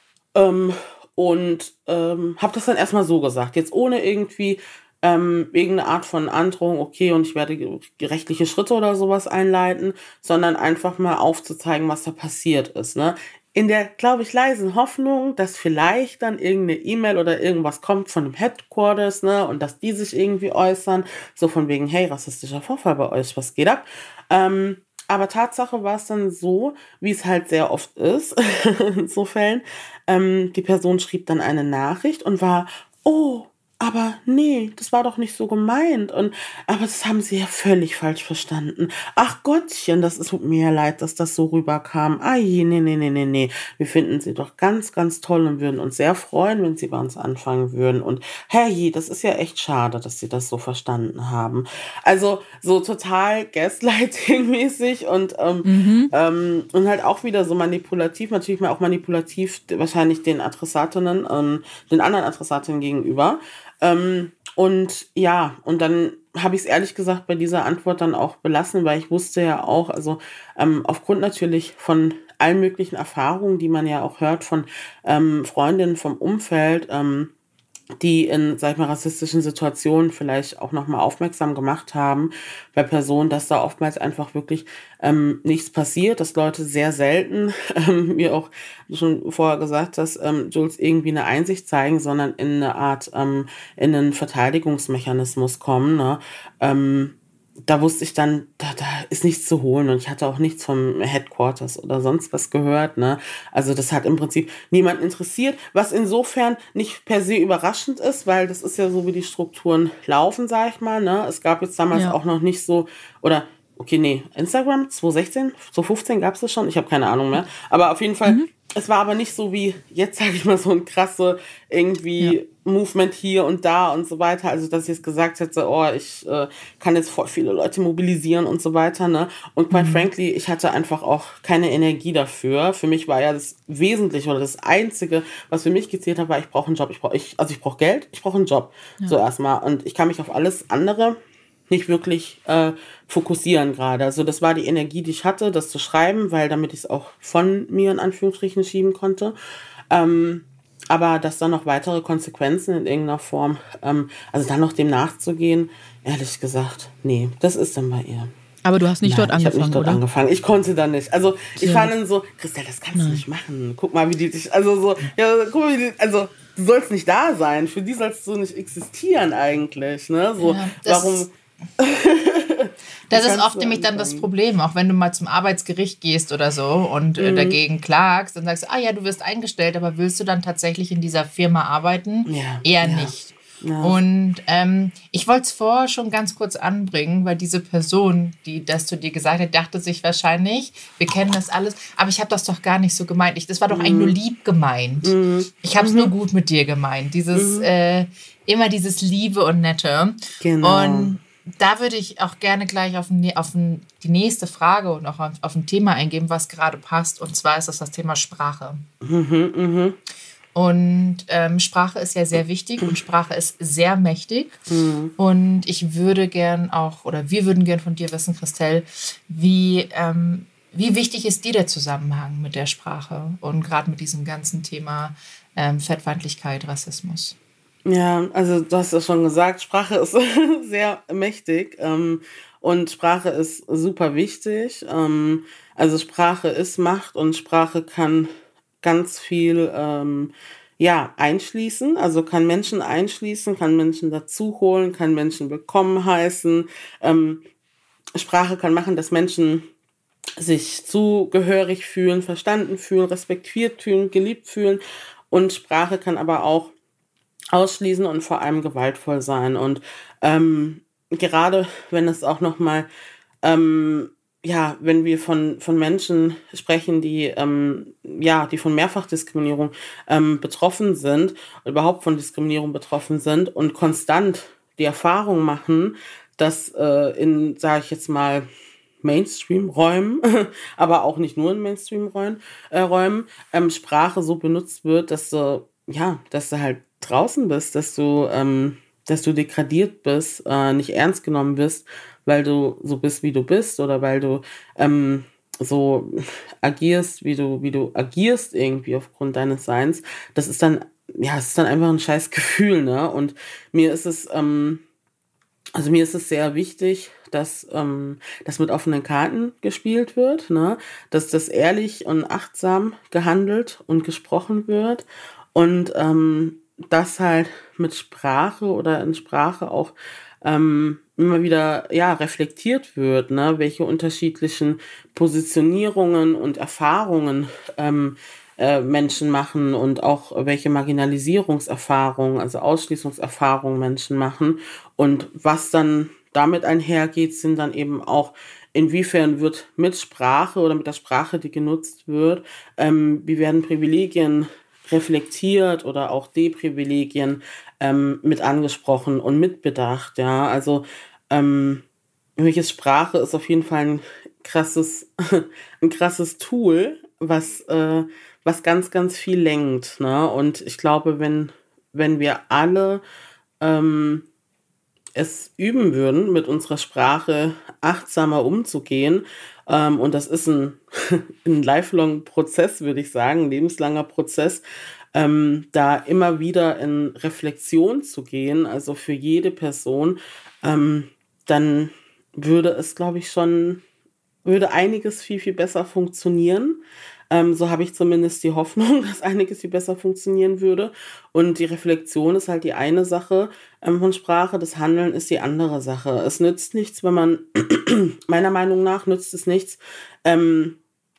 Und habe das dann erstmal so gesagt, jetzt ohne irgendwie irgendeine Art von Androhung, okay, und ich werde rechtliche Schritte oder sowas einleiten, sondern einfach mal aufzuzeigen, was da passiert ist, ne? In der, glaube ich, leisen Hoffnung, dass vielleicht dann irgendeine E-Mail oder irgendwas kommt von dem Headquarters, ne, und dass die sich irgendwie äußern, so von wegen, hey, rassistischer Vorfall bei euch, was geht ab? Aber Tatsache war es dann so, wie es halt sehr oft ist, in so Fällen. Die Person schrieb dann eine Nachricht und war, oh, aber nee, das war doch nicht so gemeint. Aber das haben sie ja völlig falsch verstanden. Ach Gottchen, tut mir ja leid, dass das so rüberkam. Ai, nee. Wir finden sie doch ganz, ganz toll und würden uns sehr freuen, wenn sie bei uns anfangen würden. Und herrje, das ist ja echt schade, dass sie das so verstanden haben. Also so total Gaslighting-mäßig und halt auch wieder so manipulativ, natürlich mal auch manipulativ wahrscheinlich den Adressatinnen, den anderen Adressatinnen gegenüber. Und ja, und dann habe ich es ehrlich gesagt bei dieser Antwort dann auch belassen, weil ich wusste ja auch, also aufgrund natürlich von allen möglichen Erfahrungen, die man ja auch hört von Freundinnen vom Umfeld, die in, sag ich mal, rassistischen Situationen vielleicht auch nochmal aufmerksam gemacht haben bei Personen, dass da oftmals einfach wirklich nichts passiert, dass Leute sehr selten, wie auch schon vorher gesagt hast, Jules, irgendwie eine Einsicht zeigen, sondern in eine Art, in einen Verteidigungsmechanismus kommen, ne? Da wusste ich dann, da ist nichts zu holen und ich hatte auch nichts vom Headquarters oder sonst was gehört, ne? Also das hat im Prinzip niemand interessiert, was insofern nicht per se überraschend ist, weil das ist ja so, wie die Strukturen laufen, sag ich mal, ne? Es gab jetzt damals auch noch nicht so, oder okay, nee, Instagram 2016, 2015 gab es das schon, ich habe keine Ahnung mehr, aber auf jeden Fall, es war aber nicht so wie jetzt, sage ich mal, so ein krasse irgendwie Movement hier und da und so weiter, also dass ich jetzt gesagt hätte, oh, ich kann jetzt voll viele Leute mobilisieren und so weiter, ne? Und quite frankly, ich hatte einfach auch keine Energie dafür. Für mich war ja das Wesentliche oder das Einzige, was für mich gezählt hat, war, ich brauche einen Job, ich brauche Geld, ich brauche einen Job, so erstmal, und ich kann mich auf alles andere nicht wirklich fokussieren gerade. Also das war die Energie, die ich hatte, das zu schreiben, weil damit ich es auch von mir in Anführungsstrichen schieben konnte. Aber dass dann noch weitere Konsequenzen in irgendeiner Form, also dann noch dem nachzugehen, ehrlich gesagt, nee, das ist dann bei ihr. Aber du hast nicht dort angefangen, ich habe nicht dort angefangen. Ich konnte da nicht. Also ich war dann so, Christel, das kannst du nicht machen. Guck mal, wie die dich, also so, ja, guck mal, wie die, also du sollst nicht da sein. Für die sollst du nicht existieren eigentlich, ne? So, ja, warum... Das ist oft nämlich dann das Problem, auch wenn du mal zum Arbeitsgericht gehst oder so und dagegen klagst und sagst, ja, du wirst eingestellt, aber willst du dann tatsächlich in dieser Firma arbeiten? Ja, eher nicht. Ja. Und ich wollte es vorher schon ganz kurz anbringen, weil diese Person, die das zu dir gesagt hat, dachte sich wahrscheinlich, wir kennen das alles, aber ich habe das doch gar nicht so gemeint. Das war doch eigentlich nur lieb gemeint. Ich habe es nur gut mit dir gemeint. Immer dieses Liebe und Nette. Genau. Und da würde ich auch gerne gleich auf die nächste Frage und auch auf ein Thema eingehen, was gerade passt. Und zwar ist das Thema Sprache. Und Sprache ist ja sehr wichtig und Sprache ist sehr mächtig. Und ich würde gern auch, oder wir würden gern von dir wissen, Christel, wie wichtig ist dir der Zusammenhang mit der Sprache und gerade mit diesem ganzen Thema Fettfeindlichkeit, Rassismus? Ja, also du hast ja schon gesagt, Sprache ist sehr mächtig und Sprache ist super wichtig. Also Sprache ist Macht und Sprache kann ganz viel einschließen, also kann Menschen einschließen, kann Menschen dazu holen, kann Menschen willkommen heißen. Sprache kann machen, dass Menschen sich zugehörig fühlen, verstanden fühlen, respektiert fühlen, geliebt fühlen, und Sprache kann aber auch ausschließen und vor allem gewaltvoll sein. Und gerade wenn es auch nochmal ja, wenn wir von Menschen sprechen, die die von Mehrfachdiskriminierung betroffen sind, überhaupt von Diskriminierung betroffen sind und konstant die Erfahrung machen, dass sage ich jetzt mal, Mainstream-Räumen, aber auch nicht nur in Mainstream-Räumen, Sprache so benutzt wird, dass du halt draußen bist, dass du degradiert bist, nicht ernst genommen wirst, weil du so bist, wie du bist, oder weil du so agierst, wie du agierst irgendwie aufgrund deines Seins. Das ist dann, es ist dann einfach ein scheiß Gefühl, ne? Und mir ist es sehr wichtig, dass mit offenen Karten gespielt wird, ne? Dass das ehrlich und achtsam gehandelt und gesprochen wird und dass halt mit Sprache oder in Sprache auch immer wieder reflektiert wird, ne? Welche unterschiedlichen Positionierungen und Erfahrungen Menschen machen und auch welche Marginalisierungserfahrungen, also Ausschließungserfahrungen Menschen machen und was dann damit einhergeht, sind dann eben auch, inwiefern wird mit Sprache oder mit der Sprache, die genutzt wird, wie werden Privilegien reflektiert oder auch Deprivilegien mit angesprochen und mitbedacht, ja, also welches Sprache ist auf jeden Fall ein krasses Tool, was ganz, ganz viel lenkt, ne? Und ich glaube, wenn wir alle es üben würden, mit unserer Sprache achtsamer umzugehen, und das ist ein lifelong Prozess, würde ich sagen, ein lebenslanger Prozess, da immer wieder in Reflexion zu gehen, also für jede Person, dann würde es, glaube ich, würde einiges viel, viel besser funktionieren. So habe ich zumindest die Hoffnung, dass einiges viel besser funktionieren würde. Und die Reflexion ist halt die eine Sache von Sprache, das Handeln ist die andere Sache. Es nützt nichts, meiner Meinung nach nützt es nichts, wenn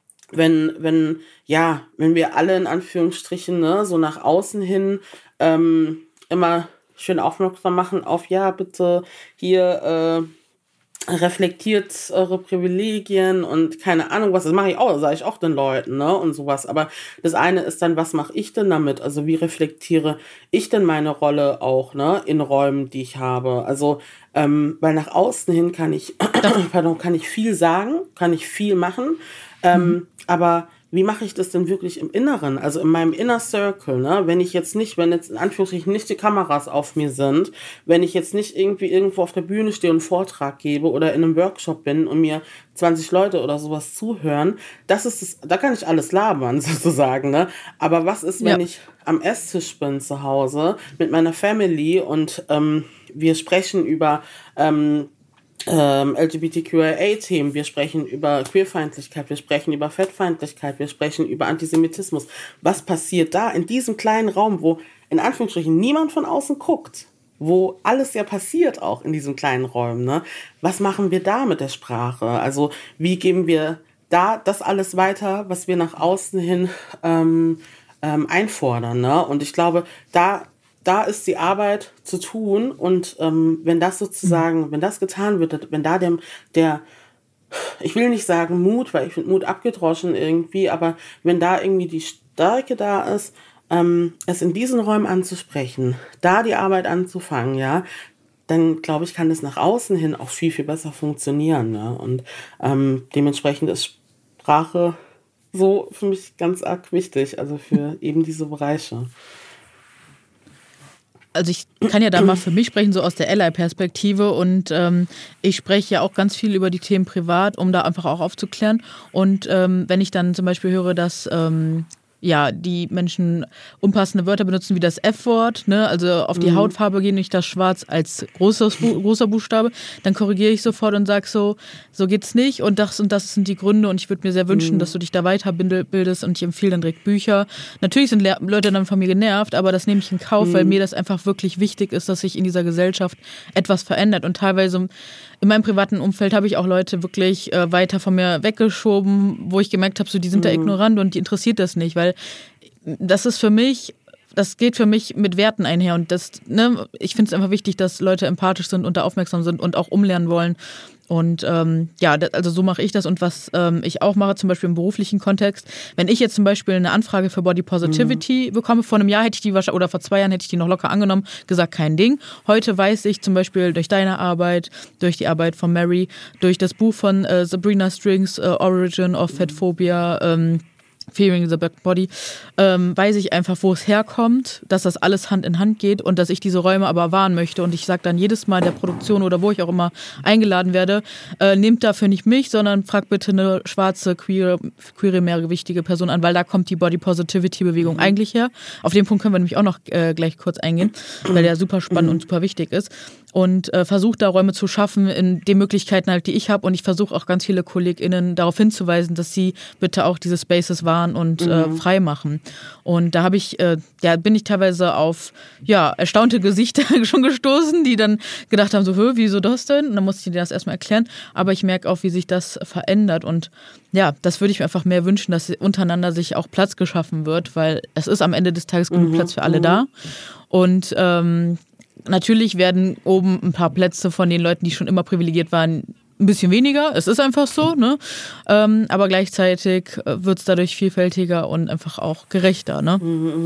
wir alle in Anführungsstrichen, ne, so nach außen hin immer schön aufmerksam machen auf, ja, bitte hier reflektiert eure Privilegien und keine Ahnung was, das mache ich auch, das sage ich auch den Leuten, ne, und sowas, aber das eine ist dann, was mache ich denn damit, also wie reflektiere ich denn meine Rolle auch, ne, in Räumen, die ich habe, also, weil nach außen hin kann ich viel sagen, kann ich viel machen, aber wie mache ich das denn wirklich im Inneren, also in meinem Inner Circle, ne? Wenn jetzt in Anführungsstrichen nicht die Kameras auf mir sind, wenn ich jetzt nicht irgendwie irgendwo auf der Bühne stehe und einen Vortrag gebe oder in einem Workshop bin und mir 20 Leute oder sowas zuhören, da kann ich alles labern sozusagen, ne? Aber was ist, wenn ich am Esstisch bin zu Hause mit meiner Family und wir sprechen über LGBTQIA-Themen, wir sprechen über Queerfeindlichkeit, wir sprechen über Fettfeindlichkeit, wir sprechen über Antisemitismus. Was passiert da in diesem kleinen Raum, wo in Anführungsstrichen niemand von außen guckt, wo alles ja passiert auch in diesen kleinen Räumen, ne? Was machen wir da mit der Sprache? Also wie geben wir da das alles weiter, was wir nach außen hin einfordern, ne? Und ich glaube, da ist die Arbeit zu tun und wenn das getan wird, wenn da ich will nicht sagen Mut, weil ich finde Mut abgedroschen irgendwie, aber wenn da irgendwie die Stärke da ist, es in diesen Räumen anzusprechen, da die Arbeit anzufangen, ja, dann glaube ich, kann das nach außen hin auch viel, viel besser funktionieren, ne? Und dementsprechend ist Sprache so für mich ganz arg wichtig, also für eben diese Bereiche. Also ich kann ja da mal für mich sprechen, so aus der Ally-Perspektive und ich spreche ja auch ganz viel über die Themen privat, um da einfach auch aufzuklären und wenn ich dann zum Beispiel höre, dass die Menschen unpassende Wörter benutzen wie das F-Wort, ne? Also auf die Hautfarbe gehen, nicht das Schwarz als großer Buchstabe, dann korrigiere ich sofort und sage so geht's nicht und das sind die Gründe und ich würde mir sehr wünschen, dass du dich da weiterbildest und ich empfehle dann direkt Bücher. Natürlich sind Leute dann von mir genervt, aber das nehme ich in Kauf, weil mir das einfach wirklich wichtig ist, dass sich in dieser Gesellschaft etwas verändert und teilweise in meinem privaten Umfeld habe ich auch Leute wirklich weiter von mir weggeschoben, wo ich gemerkt habe, so die sind da ignorant und die interessiert das nicht, weil das ist für mich das geht für mich mit Werten einher und das, ne, ich finde es einfach wichtig, dass Leute empathisch sind und da aufmerksam sind und auch umlernen wollen. Und also so mache ich das. Und was ich auch mache, zum Beispiel im beruflichen Kontext, wenn ich jetzt zum Beispiel eine Anfrage für Body Positivity bekomme, vor einem Jahr hätte ich die wahrscheinlich, oder vor 2 Jahren hätte ich die noch locker angenommen, gesagt, kein Ding. Heute weiß ich zum Beispiel durch deine Arbeit, durch die Arbeit von Mary, durch das Buch von Sabrina Strings, Origin of Fatphobia, Fearing the Black Body, weiß ich einfach, wo es herkommt, dass das alles Hand in Hand geht und dass ich diese Räume aber wahren möchte. Und ich sage dann jedes Mal der Produktion oder wo ich auch immer eingeladen werde, nehmt dafür nicht mich, sondern fragt bitte eine schwarze, queere, mehrgewichtige Person an, weil da kommt die Body Positivity Bewegung eigentlich her. Auf den Punkt können wir nämlich auch noch gleich kurz eingehen, weil der super spannend und super wichtig ist. Und versuche da Räume zu schaffen in den Möglichkeiten halt, die ich habe. Und ich versuche auch ganz viele KollegInnen darauf hinzuweisen, dass sie bitte auch diese Spaces wahren und frei machen. Und da bin ich teilweise auf erstaunte Gesichter schon gestoßen, die dann gedacht haben, so, wieso das denn? Und dann musste ich dir das erstmal erklären. Aber ich merke auch, wie sich das verändert. Und ja, das würde ich mir einfach mehr wünschen, dass untereinander sich auch Platz geschaffen wird, weil es ist am Ende des Tages genug Platz für alle da. Und natürlich werden oben ein paar Plätze von den Leuten, die schon immer privilegiert waren, ein bisschen weniger. Es ist einfach so, ne? Aber gleichzeitig wird es dadurch vielfältiger und einfach auch gerechter, ne?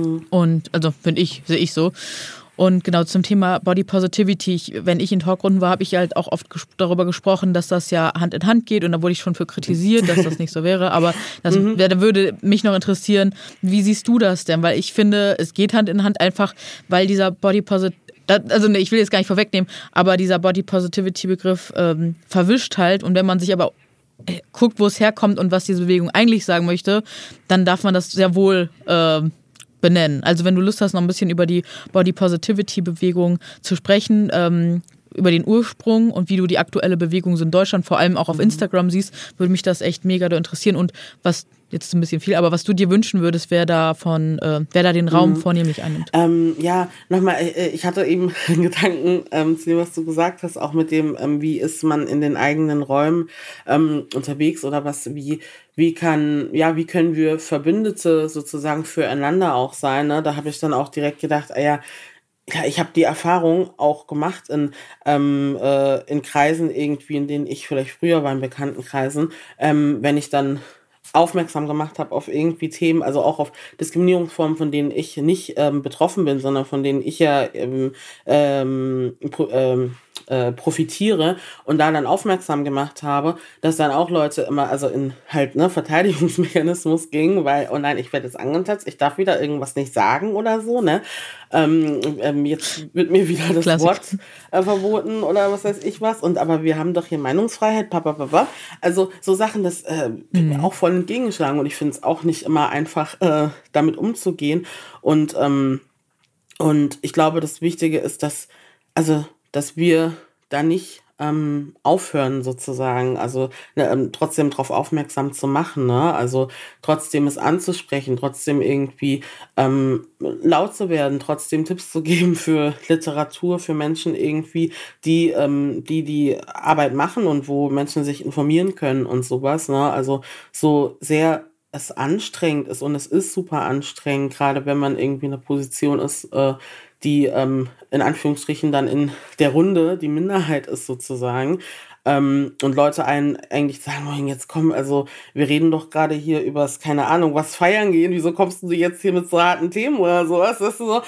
Und also sehe ich so. Und genau zum Thema Body Positivity, wenn ich in Talkrunden war, habe ich halt auch oft darüber gesprochen, dass das ja Hand in Hand geht und da wurde ich schon für kritisiert, dass das nicht so wäre, aber da würde mich noch interessieren, wie siehst du das denn? Weil ich finde, es geht Hand in Hand einfach, weil dieser Body Positivity, ich will jetzt gar nicht vorwegnehmen, aber dieser Body Positivity Begriff verwischt halt und wenn man sich aber guckt, wo es herkommt und was diese Bewegung eigentlich sagen möchte, dann darf man das sehr wohl benennen. Also wenn du Lust hast, noch ein bisschen über die Body Positivity Bewegung zu sprechen, über den Ursprung und wie du die aktuelle Bewegung so in Deutschland, vor allem auch auf Instagram siehst, würde mich das echt mega interessieren. Und was, jetzt ein bisschen viel, aber was du dir wünschen würdest, wer da den Raum vornehmlich einnimmt. Nochmal, ich hatte eben einen Gedanken zu dem, was du gesagt hast, auch mit dem, wie ist man in den eigenen Räumen unterwegs oder wie können wir Verbündete sozusagen füreinander auch sein, ne? Da habe ich dann auch direkt gedacht, ich habe die Erfahrung auch gemacht in Kreisen irgendwie, in denen ich vielleicht früher war, in Bekanntenkreisen, wenn ich dann aufmerksam gemacht habe auf irgendwie Themen, also auch auf Diskriminierungsformen, von denen ich nicht betroffen bin, sondern von denen ich profitiere und da dann aufmerksam gemacht habe, dass dann auch Leute immer in halt Verteidigungsmechanismus gingen, weil, oh nein, ich werde jetzt angetatzt, ich darf wieder irgendwas nicht sagen oder so, ne? Jetzt wird mir wieder das Klassik. Wort verboten oder was weiß ich was, aber wir haben doch hier Meinungsfreiheit, also so Sachen, das auch voll entgegenschlagen und ich finde es auch nicht immer einfach, damit umzugehen und ich glaube, das Wichtige ist, dass wir da nicht aufhören sozusagen, trotzdem darauf aufmerksam zu machen, ne? Also trotzdem es anzusprechen, trotzdem irgendwie laut zu werden, trotzdem Tipps zu geben für Literatur, für Menschen irgendwie, die Arbeit machen und wo Menschen sich informieren können und sowas, ne? Also so sehr es anstrengend ist und es ist super anstrengend, gerade wenn man irgendwie in einer Position ist, die in Anführungsstrichen dann in der Runde die Minderheit ist sozusagen. Und Leute einen eigentlich sagen, oh, jetzt komm, wir reden doch gerade hier übers, keine Ahnung, was feiern gehen, wieso kommst du jetzt hier mit so harten Themen oder sowas, weißt du so?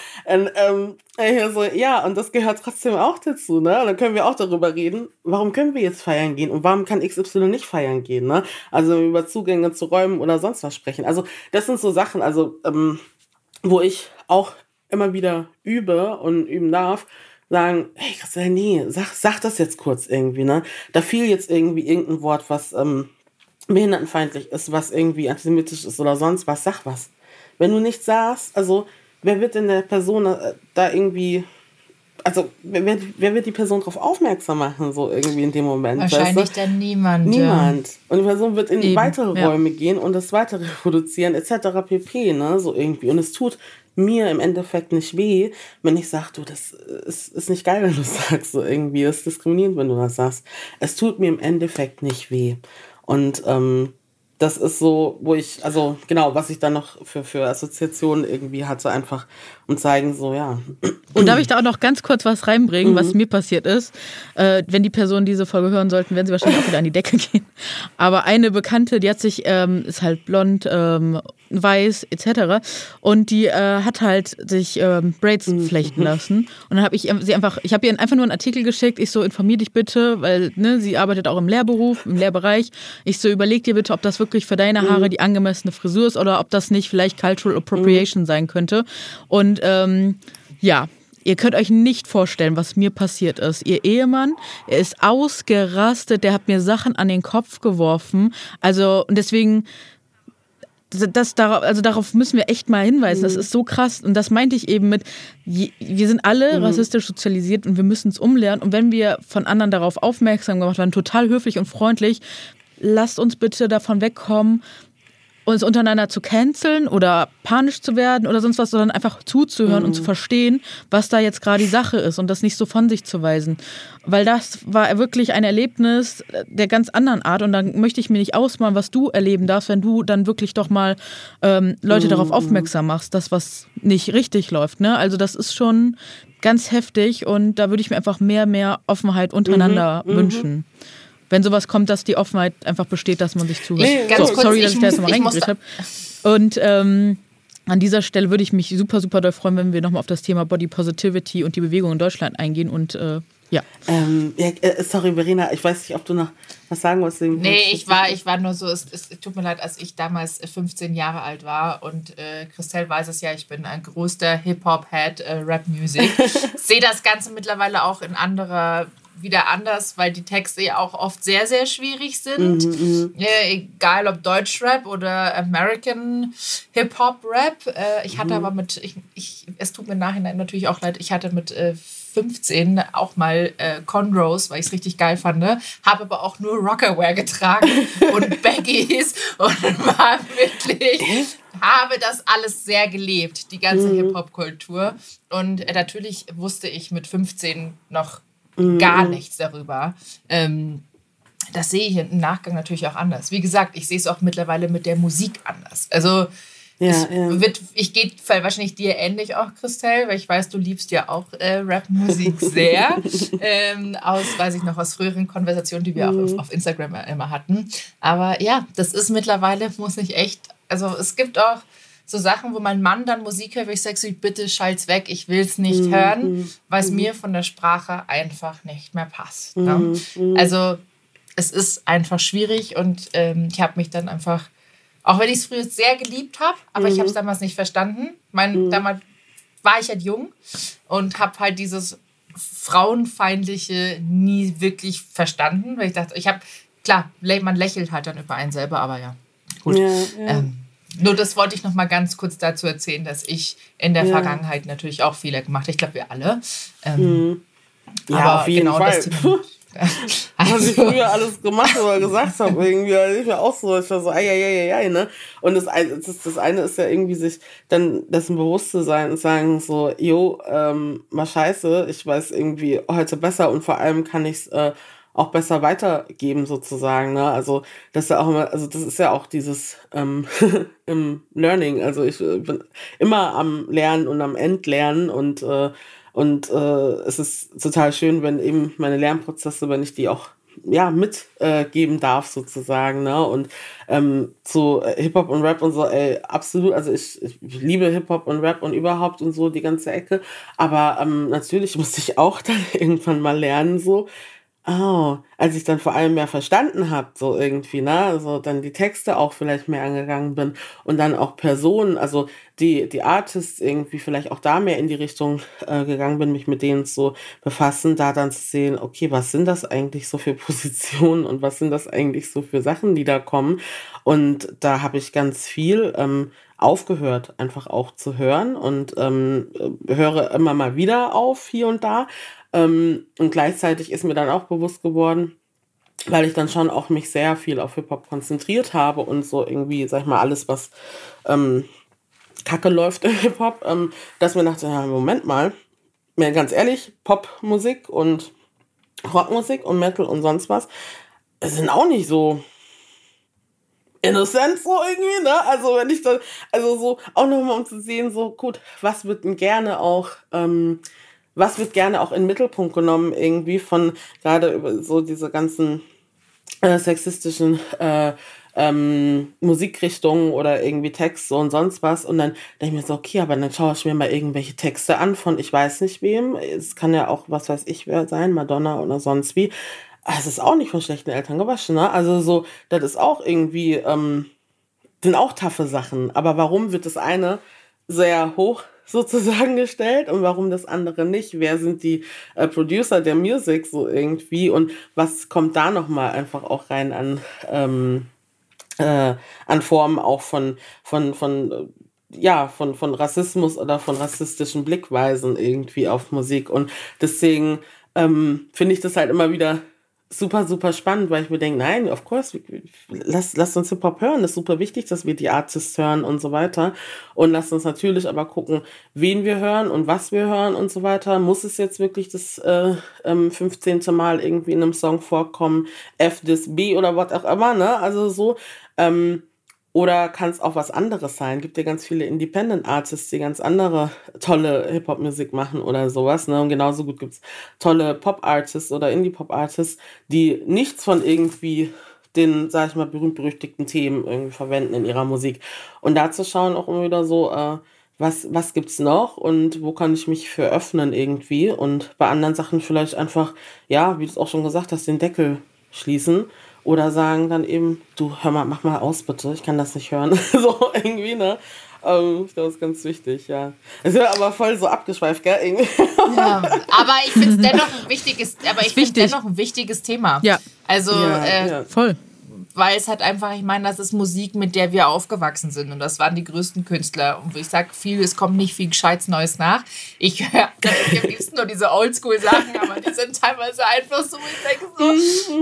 Und das gehört trotzdem auch dazu, ne? Und dann können wir auch darüber reden, warum können wir jetzt feiern gehen und warum kann XY nicht feiern gehen, ne? Also über Zugänge zu Räumen oder sonst was sprechen. Also das sind so Sachen, wo ich auch immer wieder übe und üben darf, sagen, hey Christian, nee, sag das jetzt kurz irgendwie, ne? Da fiel jetzt irgendwie irgendein Wort, was behindertenfeindlich ist, was irgendwie antisemitisch ist oder sonst was, sag was. Wenn du nichts sagst, wer wird denn der Person da irgendwie, wer wird die Person darauf aufmerksam machen, so irgendwie in dem Moment? Wahrscheinlich weißt du? dann niemand. Niemand. Ja. Und die Person wird in weitere ja. Räume gehen und das weiter reproduzieren, etc. pp, ne, so irgendwie. Und es tut mir im Endeffekt nicht weh, wenn ich sage, du, das ist nicht geil, wenn du sagst, so irgendwie, das ist diskriminierend, wenn du das sagst. Es tut mir im Endeffekt nicht weh. Und das ist so, wo ich, also genau, was ich dann noch für Assoziationen irgendwie hatte, einfach und zeigen, so, ja. Und darf ich da auch noch ganz kurz was reinbringen, was mir passiert ist? Wenn die Personen diese Folge hören sollten, werden sie wahrscheinlich auch wieder an die Decke gehen. Aber eine Bekannte, die hat sich, ist halt blond, weiß, etc. Und die hat halt sich Braids flechten lassen. Und dann habe ich sie einfach, ich habe ihr einfach nur einen Artikel geschickt. Ich so, informier dich bitte, weil sie arbeitet auch im Lehrberuf, im Lehrbereich. Ich so, überleg dir bitte, ob das wirklich für deine Haare die angemessene Frisur ist oder ob das nicht vielleicht Cultural Appropriation sein könnte. Und ja, ihr könnt euch nicht vorstellen, was mir passiert ist. Ihr Ehemann, er ist ausgerastet, der hat mir Sachen an den Kopf geworfen. Also, und deswegen, darauf müssen wir echt mal hinweisen. Das ist so krass. Und das meinte ich eben mit, wir sind alle rassistisch sozialisiert und wir müssen es umlernen. Und wenn wir von anderen darauf aufmerksam gemacht werden, total höflich und freundlich, lasst uns bitte davon wegkommen, uns untereinander zu canceln oder panisch zu werden oder sonst was, sondern einfach zuzuhören und zu verstehen, was da jetzt gerade die Sache ist und das nicht so von sich zu weisen. Weil das war wirklich ein Erlebnis der ganz anderen Art und dann möchte ich mir nicht ausmalen, was du erleben darfst, wenn du dann wirklich doch mal Leute darauf aufmerksam machst, dass was nicht richtig läuft. Ne? Also das ist schon ganz heftig und da würde ich mir einfach mehr Offenheit untereinander wünschen. Wenn sowas kommt, dass die Offenheit einfach besteht, dass man sich zuhört. Nee, ganz kurz, sorry, dass ich da jetzt nochmal reingekriegt habe. Und an dieser Stelle würde ich mich super doll freuen, wenn wir nochmal auf das Thema Body Positivity und die Bewegung in Deutschland eingehen. Und ja. Sorry, Verena, ich weiß nicht, ob du noch was sagen wolltest. Nee, ich war nur so, es tut mir leid, als ich damals 15 Jahre alt war und Christelle weiß es ja, ich bin ein größter Hip-Hop-Head, Rap-Music. Sehe das Ganze mittlerweile auch in anderer wieder anders, weil die Texte ja auch oft sehr, sehr schwierig sind. Egal ob Deutschrap oder American Hip-Hop-Rap. Ich hatte aber es tut mir im Nachhinein natürlich auch leid, ich hatte mit 15 auch mal Cornrows, weil ich es richtig geil fand. Habe aber auch nur Rockerwear getragen und Baggies und war wirklich, habe das alles sehr gelebt, die ganze Hip-Hop-Kultur. Und natürlich wusste ich mit 15 noch gar nichts darüber. Das sehe ich im Nachgang natürlich auch anders. Wie gesagt, ich sehe es auch mittlerweile mit der Musik anders. Also ich gehe wahrscheinlich dir ähnlich auch, Christelle, weil ich weiß, du liebst ja auch Rap-Musik sehr. Weiß ich noch, aus früheren Konversationen, die wir auch auf Instagram immer hatten. Aber ja, das ist mittlerweile, muss ich echt, also es gibt auch so Sachen, wo mein Mann dann Musik hört, wo ich sage, so, bitte schalt's weg, ich will es nicht hören, weil es mir von der Sprache einfach nicht mehr passt. Ne? Also es ist einfach schwierig und ich habe mich dann einfach, auch wenn ich es früher sehr geliebt habe, aber ich habe es damals nicht verstanden. Damals war ich halt jung und habe halt dieses Frauenfeindliche nie wirklich verstanden, weil ich dachte, klar, man lächelt halt dann über einen selber, aber ja, gut. Nur das wollte ich noch mal ganz kurz dazu erzählen, dass ich in der Vergangenheit natürlich auch Fehler gemacht habe. Ich glaube, wir alle. Aber auf jeden Fall. Das Thema, was ich früher alles gemacht oder gesagt habe, irgendwie, ich war auch so, ne? Und das eine ist ja irgendwie sich dann dessen bewusst zu sein und sagen so, war scheiße, ich weiß irgendwie heute besser und vor allem kann ich es auch besser weitergeben sozusagen, ne? Also das ist ja auch immer, also das ist ja auch dieses im Learning. Also ich bin immer am Lernen und am Entlernen und es ist total schön, wenn eben meine Lernprozesse, wenn ich die auch mitgeben darf sozusagen, ne? Und zu Hip-Hop und Rap und so, absolut, also ich liebe Hip-Hop und Rap und überhaupt und so die ganze Ecke, aber natürlich musste ich auch dann irgendwann mal lernen, so, als ich dann vor allem mehr verstanden habe, so irgendwie, ne, also dann die Texte auch vielleicht mehr angegangen bin und dann auch Personen, also die Artists irgendwie vielleicht auch da mehr in die Richtung gegangen bin, mich mit denen zu befassen, da dann zu sehen, okay, was sind das eigentlich so für Positionen und was sind das eigentlich so für Sachen, die da kommen, und da habe ich ganz viel aufgehört, einfach auch zu hören und höre immer mal wieder auf, hier und da. Und gleichzeitig ist mir dann auch bewusst geworden, weil ich dann schon auch mich sehr viel auf Hip-Hop konzentriert habe und so irgendwie, sag ich mal, alles, was Kacke läuft im Hip-Hop, dass mir dachte, ja, Moment mal, mir ganz ehrlich, Popmusik und Rockmusik und Metal und sonst was sind auch nicht so innocent so irgendwie, ne? Also wenn ich dann, also so auch nochmal um zu sehen, so gut, was wird gerne auch in den Mittelpunkt genommen irgendwie von gerade über so diese ganzen sexistischen Musikrichtungen oder irgendwie Texte und sonst was. Und dann denke ich mir so, okay, aber dann schaue ich mir mal irgendwelche Texte an von ich weiß nicht wem. Es kann ja auch, was weiß ich, wer sein, Madonna oder sonst wie. Es ist auch nicht von schlechten Eltern gewaschen, ne? Also so, das ist auch irgendwie, sind auch taffe Sachen. Aber warum wird das eine sehr hoch sozusagen gestellt und warum das andere nicht? Wer sind die Producer der Musik so irgendwie und was kommt da nochmal einfach auch rein an Formen auch von Rassismus oder von rassistischen Blickweisen irgendwie auf Musik. Und deswegen finde ich das halt immer wieder super, super spannend, weil ich mir denke, nein, of course, lasst uns Hip-Hop hören, das ist super wichtig, dass wir die Artists hören und so weiter. Und lasst uns natürlich aber gucken, wen wir hören und was wir hören und so weiter. Muss es jetzt wirklich das 15. Mal irgendwie in einem Song vorkommen, F, this, B oder was auch immer, ne? Also so, oder kann es auch was anderes sein? Gibt ja ganz viele Independent Artists, die ganz andere tolle Hip-Hop-Musik machen oder sowas. Ne? Und genauso gut gibt es tolle Pop-Artists oder Indie-Pop-Artists, die nichts von irgendwie den, sag ich mal, berühmt-berüchtigten Themen irgendwie verwenden in ihrer Musik. Und da zu schauen auch immer wieder so, was gibt's noch und wo kann ich mich für öffnen irgendwie? Und bei anderen Sachen vielleicht einfach, ja, wie du es auch schon gesagt hast, den Deckel schließen. Oder sagen dann eben, du, hör mal, mach mal aus bitte, ich kann das nicht hören. So irgendwie, ne? Ich glaube, das ist ganz wichtig, ja. Es wird aber voll so abgeschweift, gell? Irgendwie. Ja, aber ich finde es dennoch ein wichtiges Thema. Ja. Also, voll. Weil es halt einfach, ich meine, das ist Musik, mit der wir aufgewachsen sind und das waren die größten Künstler und ich sag viel, es kommt nicht viel Gescheites Neues nach. Ich höre am liebsten nur diese Oldschool-Sachen, aber die sind teilweise einfach so, ich denke so,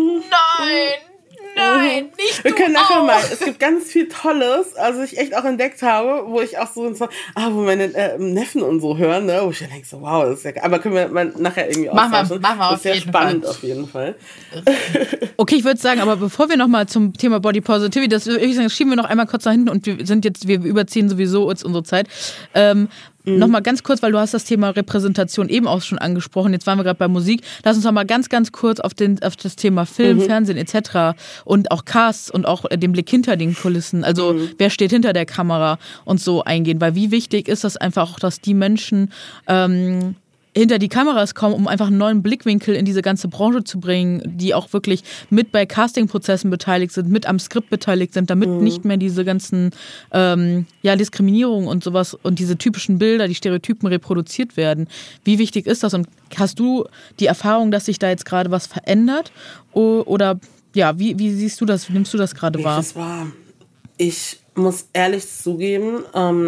nein, nicht Wir können du nachher auch. mal, es gibt ganz viel Tolles, also ich echt auch entdeckt habe, wo ich auch so, wo meine Neffen und so hören, ne, wo ich denke so, wow, das ist ja geil. Aber können wir mal nachher irgendwie austauschen. Machen wir das ist sehr spannend auf jeden Fall. Okay, ich würde sagen, aber bevor wir nochmal zum Thema Body Positivity, das würde ich sagen, das schieben wir noch einmal kurz nach hinten und wir überziehen sowieso jetzt unsere Zeit. Nochmal ganz kurz, weil du hast das Thema Repräsentation eben auch schon angesprochen. Jetzt waren wir gerade bei Musik. Lass uns noch mal ganz, ganz kurz auf das Thema Film, Fernsehen etc. und auch Casts und auch den Blick hinter den Kulissen. Also wer steht hinter der Kamera und so eingehen. Weil wie wichtig ist das einfach auch, dass die Menschen hinter die Kameras kommen, um einfach einen neuen Blickwinkel in diese ganze Branche zu bringen, die auch wirklich mit bei Castingprozessen beteiligt sind, mit am Skript beteiligt sind, damit nicht mehr diese ganzen Diskriminierungen und sowas und diese typischen Bilder, die Stereotypen reproduziert werden. Wie wichtig ist das? Und hast du die Erfahrung, dass sich da jetzt gerade was verändert? Oder ja, wie siehst du das? Wie nimmst du das gerade wahr? Ich muss ehrlich zugeben,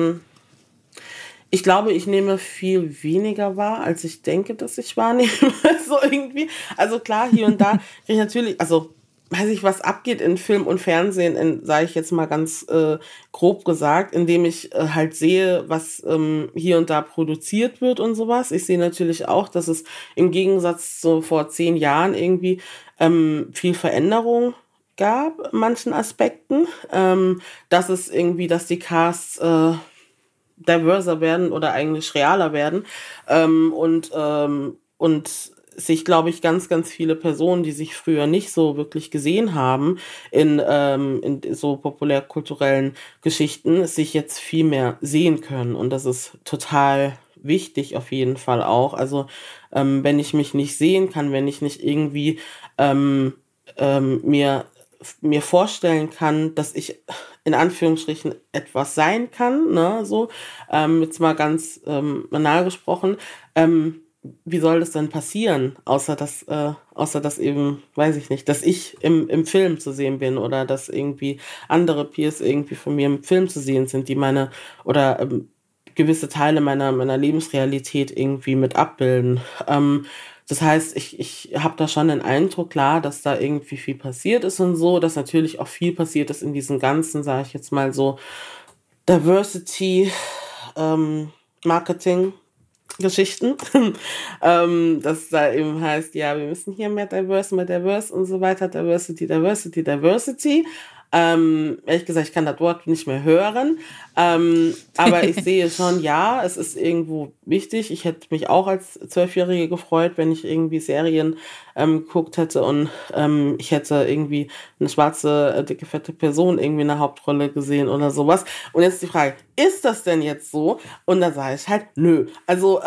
ich glaube, ich nehme viel weniger wahr, als ich denke, dass ich wahrnehme. So irgendwie. Also klar, hier und da kriege ich natürlich, also weiß ich, was abgeht in Film und Fernsehen, sage ich jetzt mal ganz grob gesagt, indem ich halt sehe, was hier und da produziert wird und sowas. Ich sehe natürlich auch, dass es im Gegensatz zu vor 10 Jahren irgendwie viel Veränderung gab in manchen Aspekten. Dass die Casts diverser werden oder eigentlich realer werden und sich, glaube ich, ganz, ganz viele Personen, die sich früher nicht so wirklich gesehen haben in so populärkulturellen Geschichten, sich jetzt viel mehr sehen können und das ist total wichtig auf jeden Fall auch. Also wenn ich mich nicht sehen kann, wenn ich nicht irgendwie mir vorstellen kann, dass ich in Anführungsstrichen etwas sein kann, ne, so, jetzt mal ganz banal gesprochen, wie soll das denn passieren, außer dass eben, weiß ich nicht, dass ich im Film zu sehen bin oder dass irgendwie andere Peers irgendwie von mir im Film zu sehen sind, die gewisse Teile meiner Lebensrealität irgendwie mit abbilden. Das heißt, ich habe da schon den Eindruck, klar, dass da irgendwie viel passiert ist und so, dass natürlich auch viel passiert ist in diesen ganzen, sage ich jetzt mal so, Diversity, Marketing, Geschichten, dass da eben heißt, ja, wir müssen hier mehr diverse und so weiter, Diversity. Ehrlich gesagt, ich kann das Wort nicht mehr hören. Aber ich sehe schon, ja, es ist irgendwo wichtig. Ich hätte mich auch als 12-Jährige gefreut, wenn ich irgendwie Serien geguckt hätte und ich hätte irgendwie eine schwarze, dicke, fette Person irgendwie in der Hauptrolle gesehen oder sowas. Und jetzt die Frage, ist das denn jetzt so? Und da sage ich halt, nö. Also,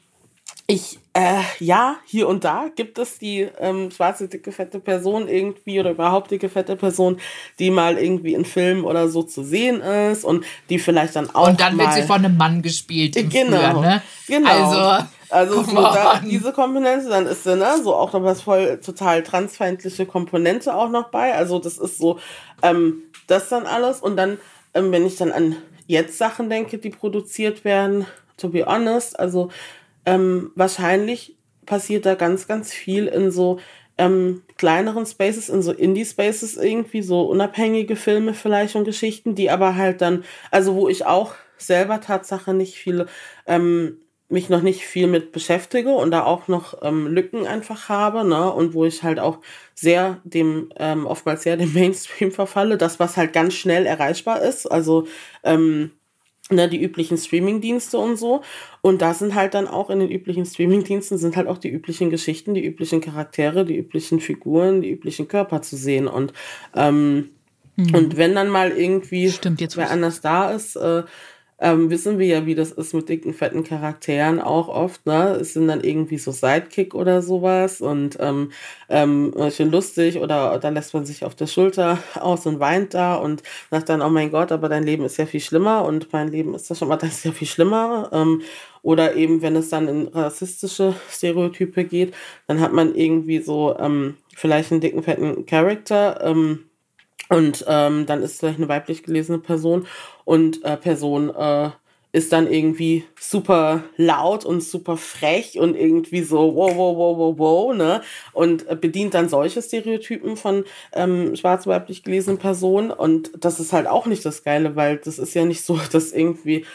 ja, hier und da gibt es die schwarze, dicke, fette Person irgendwie oder überhaupt dicke, fette Person, die mal irgendwie in Filmen oder so zu sehen ist und die vielleicht dann auch. Und dann wird sie von einem Mann gespielt im genau, Frühjahr, ne? Genau. Also so diese Komponente, dann ist da ne, so auch noch was voll total transfeindliche Komponente auch noch bei. Also das ist so, das dann alles. Und dann, wenn ich dann an jetzt Sachen denke, die produziert werden, to be honest, also wahrscheinlich passiert da ganz, ganz viel in so kleineren Spaces, in so Indie-Spaces irgendwie, so unabhängige Filme vielleicht und Geschichten, die aber halt dann, also wo ich auch selber Tatsache nicht viel, mich noch nicht viel mit beschäftige und da auch noch Lücken einfach habe, ne, und wo ich halt auch sehr oftmals sehr dem Mainstream verfalle, das, was halt ganz schnell erreichbar ist, also ne, die üblichen Streamingdienste und so. Und da sind halt dann auch in den üblichen Streamingdiensten sind halt auch die üblichen Geschichten, die üblichen Charaktere, die üblichen Figuren, die üblichen Körper zu sehen. Und wenn dann mal irgendwie wer anders da ist, wissen wir ja, wie das ist mit dicken, fetten Charakteren auch oft, ne? Es sind dann irgendwie so Sidekick oder sowas und schön lustig oder da lässt man sich auf der Schulter aus und weint da und sagt dann, oh mein Gott, aber dein Leben ist ja viel schlimmer und mein Leben ist das schon mal, das ist ja viel schlimmer. Oder eben, wenn es dann in rassistische Stereotype geht, dann hat man irgendwie so vielleicht einen dicken, fetten Charakter, und dann ist vielleicht eine weiblich gelesene Person und Person ist dann irgendwie super laut und super frech und irgendwie so wow, wow, wow, wow, wow, ne? Und bedient dann solche Stereotypen von schwarz-weiblich gelesenen Personen. Und das ist halt auch nicht das Geile, weil das ist ja nicht so, dass irgendwie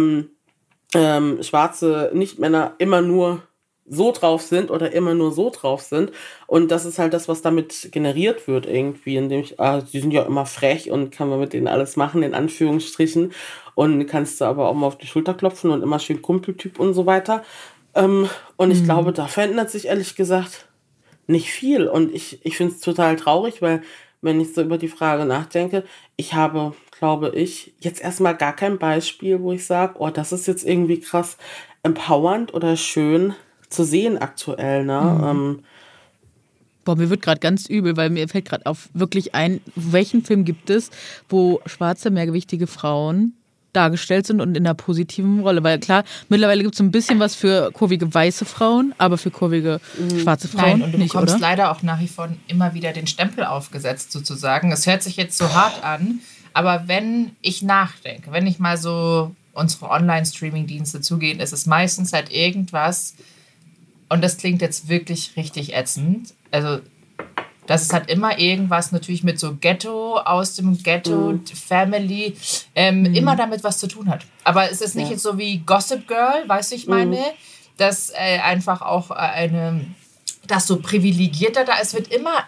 schwarze Nicht-Männer immer nur so drauf sind oder immer nur so drauf sind. Und das ist halt das, was damit generiert wird irgendwie, indem die sind ja immer frech und kann man mit denen alles machen, in Anführungsstrichen. Und kannst du aber auch mal auf die Schulter klopfen und immer schön Kumpeltyp und so weiter. Und ich glaube, da verändert sich ehrlich gesagt nicht viel. Und ich finde es total traurig, weil wenn ich so über die Frage nachdenke, ich habe, glaube ich, jetzt erstmal gar kein Beispiel, wo ich sage, oh, das ist jetzt irgendwie krass empowernd oder schön zu sehen aktuell, ne? Boah, mir wird gerade ganz übel, weil mir fällt gerade auf wirklich ein, welchen Film gibt es, wo schwarze, mehrgewichtige Frauen dargestellt sind und in einer positiven Rolle. Weil klar, mittlerweile gibt es so ein bisschen was für kurvige weiße Frauen, aber für kurvige schwarze Frauen Nein, und du nicht, bekommst oder? leider auch nach wie vor immer wieder den Stempel aufgesetzt sozusagen. Es hört sich jetzt so hart an, aber wenn ich nachdenke, wenn ich mal so unsere Online-Streaming-Dienste zugehen, ist es meistens halt irgendwas. Und das klingt jetzt wirklich richtig ätzend. Also, das ist halt immer irgendwas natürlich mit so Ghetto, aus dem Ghetto, Family, immer damit was zu tun hat. Aber es ist nicht jetzt so wie Gossip Girl, weißt du, ich meine, dass einfach auch das so privilegierter da ist,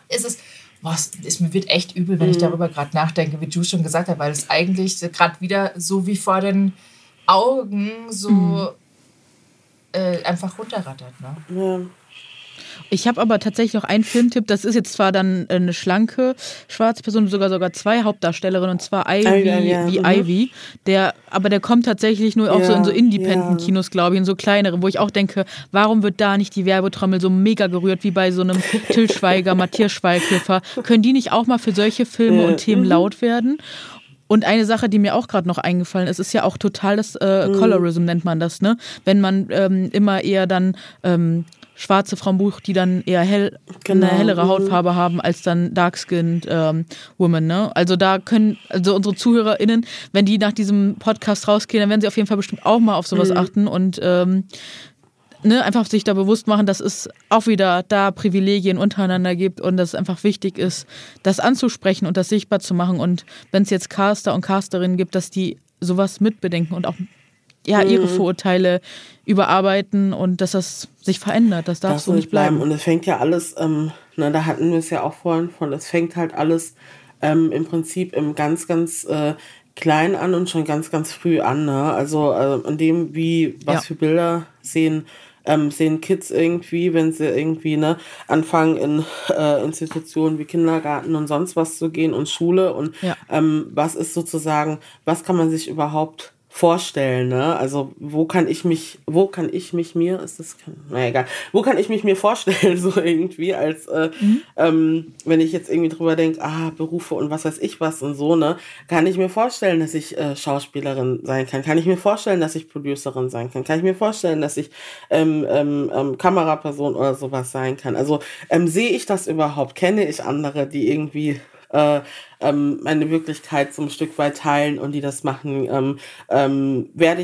mir wird echt übel, wenn ich darüber gerade nachdenke, wie du schon gesagt hast, weil es eigentlich gerade wieder so wie vor den Augen so einfach runterrattert, ne? Ja. Ich habe aber tatsächlich noch einen Filmtipp, das ist jetzt zwar dann eine schlanke schwarze Person, sogar zwei Hauptdarstellerinnen, und zwar Ivy, der kommt tatsächlich nur auch so in so Independent-Kinos, glaube ich, in so kleinere, wo ich auch denke, warum wird da nicht die Werbetrommel so mega gerührt wie bei so einem Till Schweiger, Matthias Schweighöfer? Können die nicht auch mal für solche Filme und Themen laut werden? Und eine Sache, die mir auch gerade noch eingefallen ist, ist ja auch total das Colorism nennt man das, ne? Wenn man immer eher dann schwarze Frauen bucht, die dann eher eine hellere Hautfarbe haben als dann dark-skinned Women, ne? Also da können unsere ZuhörerInnen, wenn die nach diesem Podcast rausgehen, dann werden sie auf jeden Fall bestimmt auch mal auf sowas achten und einfach sich da bewusst machen, dass es auch wieder da Privilegien untereinander gibt und dass es einfach wichtig ist, das anzusprechen und das sichtbar zu machen. Und wenn es jetzt Caster und Casterinnen gibt, dass die sowas mitbedenken und auch ihre Vorurteile überarbeiten und dass das sich verändert. Das darf so nicht bleiben. Und es fängt ja alles, da hatten wir es ja auch vorhin von, es fängt halt alles im Prinzip im ganz, ganz klein an und schon ganz, ganz früh an. Ne? Also an dem, was für Bilder sehen Kids irgendwie, wenn sie irgendwie anfangen in Institutionen wie Kindergarten und sonst was zu gehen und Schule und was ist sozusagen, was kann man sich überhaupt vorstellen, ne? Also wo kann ich mich mir vorstellen, so irgendwie, als wenn ich jetzt irgendwie drüber denke, Berufe und was weiß ich was und so, ne? Kann ich mir vorstellen, dass ich Schauspielerin sein kann ich mir vorstellen, dass ich Producerin sein kann ich mir vorstellen, dass ich Kameraperson oder sowas sein kann. Also sehe ich das überhaupt? Kenne ich andere, die irgendwie meine Wirklichkeit so ein Stück weit teilen und die das machen, werde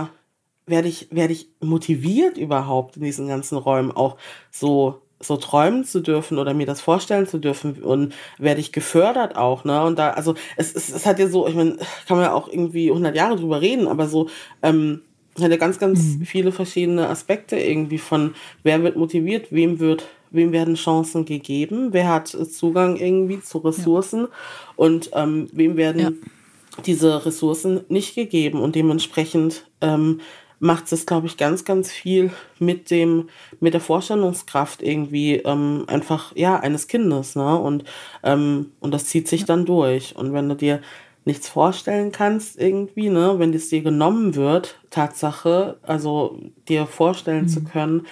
ich motiviert überhaupt in diesen ganzen Räumen auch so träumen zu dürfen oder mir das vorstellen zu dürfen und werde ich gefördert auch, ne? Und da, also es hat ja so, ich meine, kann man ja auch irgendwie 100 Jahre drüber reden, aber so, hat ja ganz, ganz viele verschiedene Aspekte irgendwie von, wer wird motiviert, wem werden Chancen gegeben, wer hat Zugang irgendwie zu Ressourcen und wem werden diese Ressourcen nicht gegeben und dementsprechend macht es, glaube ich, ganz, ganz viel mit der Vorstellungskraft irgendwie einfach, eines Kindes, ne? Und das zieht sich dann durch. Und wenn du dir nichts vorstellen kannst irgendwie, ne, wenn es dir genommen wird, Tatsache, also dir vorstellen zu können,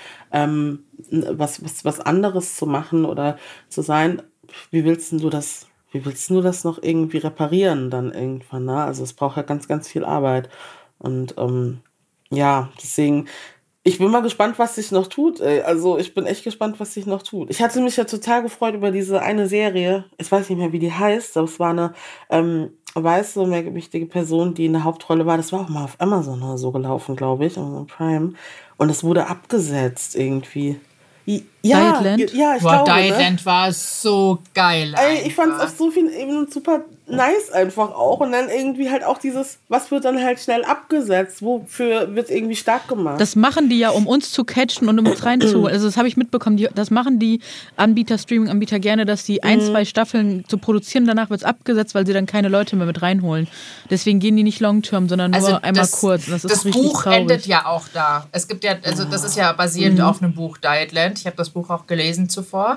was anderes zu machen oder zu sein, wie willst du das noch irgendwie reparieren dann irgendwann, ne? Also es braucht ja ganz, ganz viel Arbeit. Und deswegen, ich bin mal gespannt, was sich noch tut. Ey. Also ich bin echt gespannt, was sich noch tut. Ich hatte mich ja total gefreut über diese eine Serie. Ich weiß nicht mehr, wie die heißt, aber es war eine weiße, mehrgewichtige Person, die in der Hauptrolle war. Das war auch mal auf Amazon oder so gelaufen, glaube ich, Amazon Prime. Und es wurde abgesetzt irgendwie. Dietland? Ja, ich glaube, Dietland war so geil. Ey, ich fand es auf so vielen Ebenen super nice einfach auch. Und dann irgendwie halt auch dieses, was wird dann halt schnell abgesetzt? Wofür wird irgendwie stark gemacht? Das machen die ja, um uns zu catchen und um uns reinzuholen. Also das habe ich mitbekommen. Das machen die Streaming-Anbieter gerne, dass die 2 Staffeln zu produzieren. Danach wird es abgesetzt, weil sie dann keine Leute mehr mit reinholen. Deswegen gehen die nicht long-term, sondern nur einmal kurz. Und das Buch traurig. endet ja auch da. Es gibt ja, also das ist ja basierend auf einem Buch, Dietland. Ich habe das Buch auch gelesen zuvor.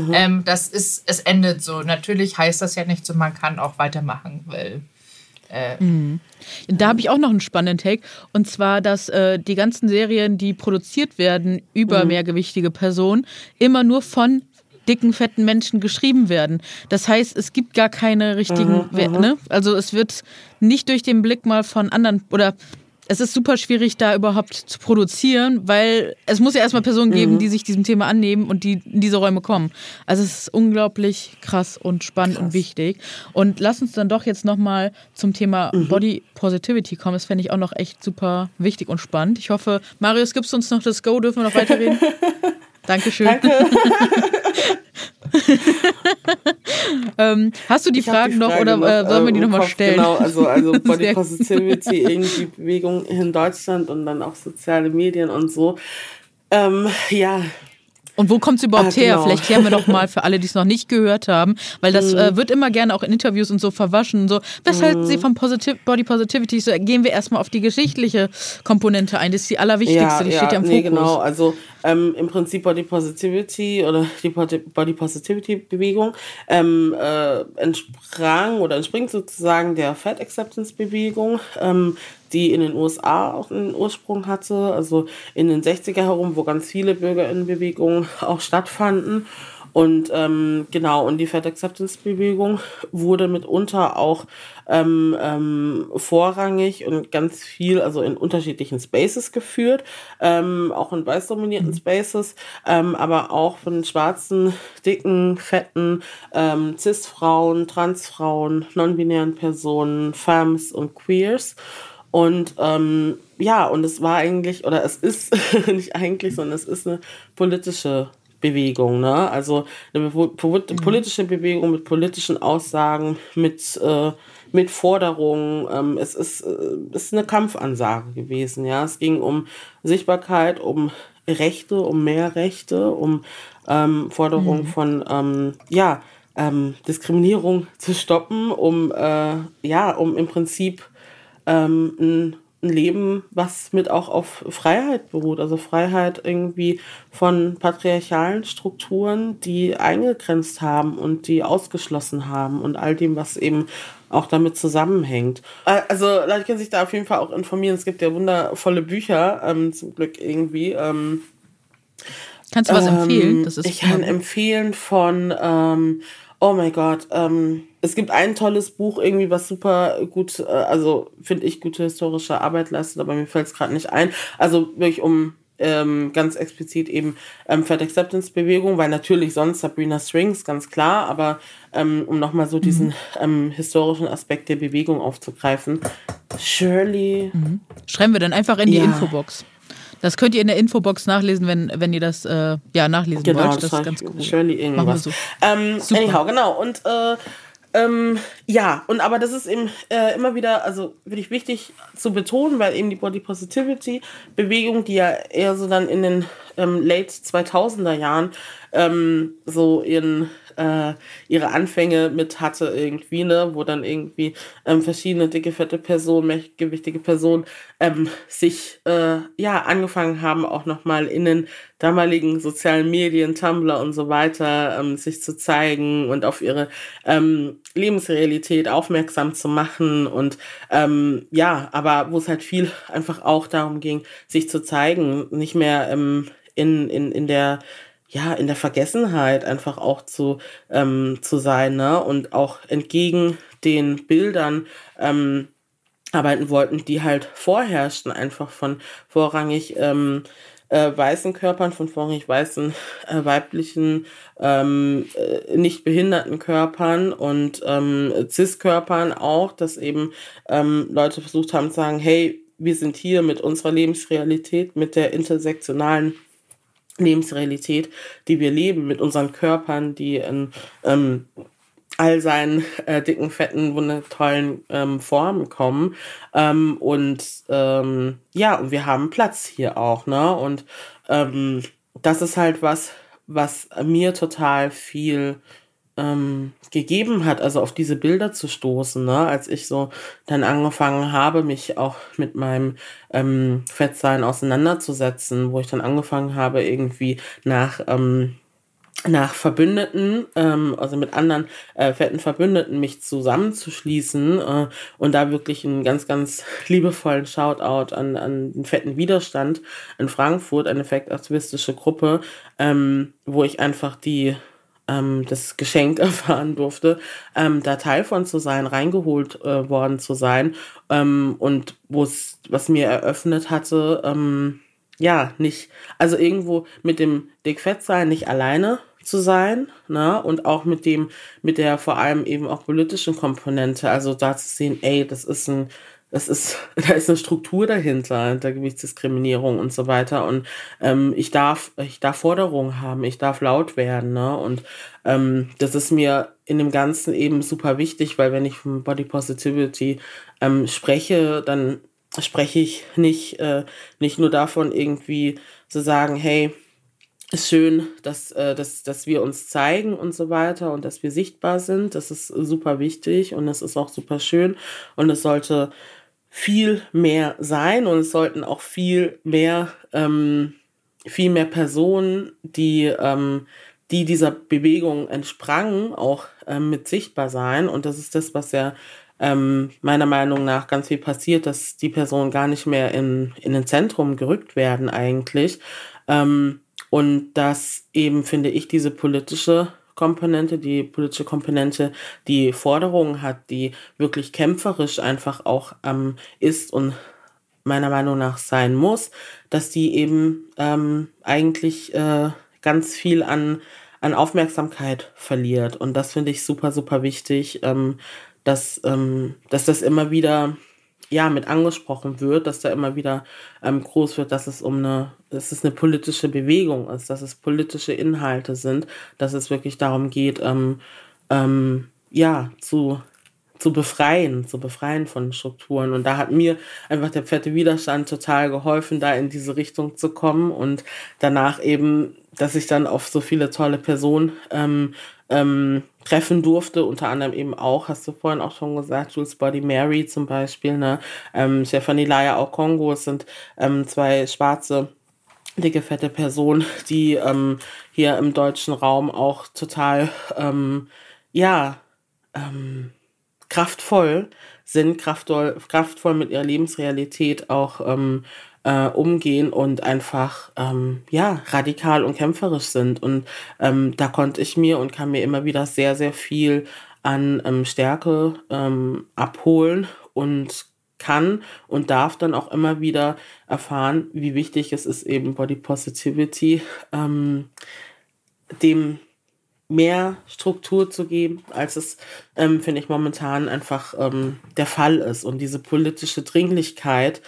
Es endet so. Natürlich heißt das ja nicht so, man kann auch weitermachen, weil Da habe ich auch noch einen spannenden Take. Und zwar, dass die ganzen Serien, die produziert werden über mehrgewichtige Personen, immer nur von dicken, fetten Menschen geschrieben werden. Das heißt, es gibt gar keine richtigen, ne? Also es wird nicht durch den Blick mal von anderen, oder es ist super schwierig, da überhaupt zu produzieren, weil es muss ja erstmal Personen geben, die sich diesem Thema annehmen und die in diese Räume kommen. Also es ist unglaublich krass und spannend und wichtig. Und lass uns dann doch jetzt nochmal zum Thema Body Positivity kommen. Das fände ich auch noch echt super wichtig und spannend. Ich hoffe, Marius, gibst du uns noch das Go? Dürfen wir noch weiterreden? Dankeschön. Danke. Hast du die Fragen noch oder sollen wir die nochmal stellen? Genau, also Body Positivity, irgendwie Bewegung in Deutschland und dann auch soziale Medien und so. Und wo kommt es überhaupt her? Genau. Vielleicht klären wir doch mal für alle, die es noch nicht gehört haben, weil das wird immer gerne auch in Interviews und so verwaschen. So, was halten Sie von Body Positivity? So, gehen wir erstmal auf die geschichtliche Komponente ein. Das ist die allerwichtigste, die steht ja im Fokus. Genau. Also im Prinzip Body Positivity oder die Body Positivity Bewegung entspringt sozusagen der Fat Acceptance Bewegung, die in den USA auch einen Ursprung hatte, also in den 60er herum, wo ganz viele BürgerInnenbewegungen auch stattfanden. Und und die Fat Acceptance Bewegung wurde mitunter auch vorrangig und ganz viel, also in unterschiedlichen Spaces geführt, auch in weiß dominierten Spaces, aber auch von schwarzen, dicken, fetten, Cis-Frauen, Trans-Frauen, non-binären Personen, Femmes und Queers. Und und es war eigentlich, oder es ist nicht eigentlich, sondern es ist eine politische Bewegung, ne? Also eine politische Bewegung mit politischen Aussagen, mit Forderungen. Es ist eine Kampfansage gewesen, ja. Es ging um Sichtbarkeit, um Rechte, um mehr Rechte, um Forderungen von Diskriminierung zu stoppen, um im Prinzip ein Leben, was mit auch auf Freiheit beruht. Also Freiheit irgendwie von patriarchalen Strukturen, die eingegrenzt haben und die ausgeschlossen haben und all dem, was eben auch damit zusammenhängt. Also Leute können sich da auf jeden Fall auch informieren. Es gibt ja wundervolle Bücher, zum Glück irgendwie. Kannst du was empfehlen? Ich kann empfehlen von, oh mein Gott, es gibt ein tolles Buch irgendwie, was super gut, also finde ich, gute historische Arbeit leistet, aber mir fällt es gerade nicht ein. Also wirklich ganz explizit eben Fat Acceptance Bewegung, weil natürlich sonst Sabrina Strings, ganz klar, aber um nochmal so diesen historischen Aspekt der Bewegung aufzugreifen. Shirley. Schreiben wir dann einfach in die Infobox. Das könnt ihr in der Infobox nachlesen, wenn ihr das nachlesen wollt. Das ist ganz cool. Shirley irgendwas. Anyhow, genau. Und aber das ist eben immer wieder, also finde ich wichtig zu betonen, weil eben die Body Positivity Bewegung, die ja eher so dann in den late 2000er Jahren so ihre Anfänge mit hatte irgendwie, ne, wo dann irgendwie verschiedene dicke, fette Personen, mächtiggewichtige Personen sich angefangen haben, auch nochmal in den damaligen sozialen Medien, Tumblr und so weiter, sich zu zeigen und auf ihre Lebensrealität aufmerksam zu machen und aber wo es halt viel einfach auch darum ging, sich zu zeigen, nicht mehr in der Vergessenheit einfach auch zu sein, ne? Und auch entgegen den Bildern arbeiten wollten, die halt vorherrschten, einfach von vorrangig weißen Körpern, von vorrangig weißen weiblichen nicht behinderten Körpern und Cis-Körpern auch, dass eben Leute versucht haben zu sagen, hey, wir sind hier mit unserer Lebensrealität, mit der intersektionalen Lebensrealität, die wir leben, mit unseren Körpern, die in all seinen dicken, fetten, wundertollen Formen kommen. Und wir haben Platz hier auch, ne? Und das ist halt was mir total viel gegeben hat, also auf diese Bilder zu stoßen, ne? Als ich so dann angefangen habe, mich auch mit meinem Fettsein auseinanderzusetzen, wo ich dann angefangen habe, irgendwie nach Verbündeten, also mit anderen fetten Verbündeten mich zusammenzuschließen und da wirklich einen ganz, ganz liebevollen Shoutout an den fetten Widerstand in Frankfurt, eine fettaktivistische Gruppe, wo ich einfach das Geschenk erfahren durfte, da Teil von zu sein, reingeholt worden zu sein und was mir eröffnet hatte, nicht, also irgendwo mit dem Dickfettsein nicht alleine zu sein, ne, und auch mit der vor allem eben auch politischen Komponente, also da zu sehen, ey, da ist eine Struktur dahinter, der Gewichtsdiskriminierung und so weiter und ich darf Forderungen haben, ich darf laut werden, ne, und das ist mir in dem Ganzen eben super wichtig, weil wenn ich von Body Positivity spreche, dann spreche ich nicht nur davon, irgendwie zu sagen, hey, ist schön, dass wir uns zeigen und so weiter und dass wir sichtbar sind. Das ist super wichtig und das ist auch super schön und es sollte viel mehr sein und es sollten auch viel mehr Personen, die dieser Bewegung entsprangen, auch mit sichtbar sein. Und das ist das, was ja meiner Meinung nach ganz viel passiert, dass die Personen gar nicht mehr in den Zentrum gerückt werden eigentlich. Und dass eben, finde ich, diese politische Komponente, die Forderungen hat, die wirklich kämpferisch einfach auch ist und meiner Meinung nach sein muss, dass die eben eigentlich ganz viel an Aufmerksamkeit verliert. Und das finde ich super, super wichtig, dass das immer wieder mit angesprochen wird, dass da immer wieder groß wird, dass es eine politische Bewegung ist, dass es politische Inhalte sind, dass es wirklich darum geht, zu befreien von Strukturen. Und da hat mir einfach der fette Widerstand total geholfen, da in diese Richtung zu kommen und danach eben, dass ich dann auf so viele tolle Personen treffen durfte, unter anderem eben auch, hast du vorhin auch schon gesagt, Jules Body Mary zum Beispiel, ne? Stephanie Laya Okongo, es sind zwei schwarze, dicke, fette Personen, die hier im deutschen Raum auch total, ja, kraftvoll sind, kraftvoll mit ihrer Lebensrealität auch umgehen und einfach ja, radikal und kämpferisch sind. Und da konnte ich mir und kann mir immer wieder sehr, sehr viel an Stärke abholen und kann und darf dann auch immer wieder erfahren, wie wichtig es ist, eben Body Positivity dem mehr Struktur zu geben, als es, finde ich, momentan einfach der Fall ist. Und diese politische Dringlichkeit,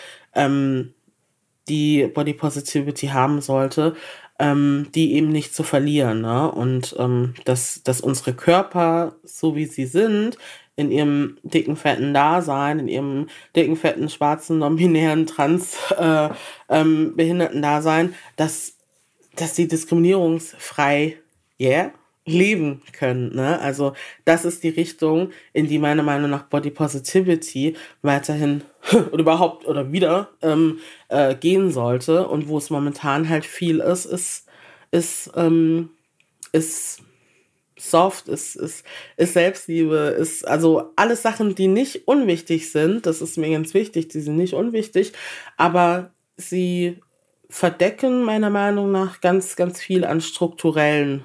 die Body Positivity haben sollte, die eben nicht zu verlieren. Ne? Und dass unsere Körper, so wie sie sind, in ihrem dicken, fetten Dasein, in ihrem dicken, fetten, schwarzen, non-binären, behinderten Dasein, dass sie diskriminierungsfrei, leben können. Ne? Also das ist die Richtung, in die meiner Meinung nach Body Positivity weiterhin oder überhaupt oder wieder gehen sollte. Und wo es momentan halt viel ist soft, ist Selbstliebe, ist also alles Sachen, die nicht unwichtig sind. Das ist mir ganz wichtig, die sind nicht unwichtig, aber sie verdecken meiner Meinung nach ganz, ganz viel an strukturellen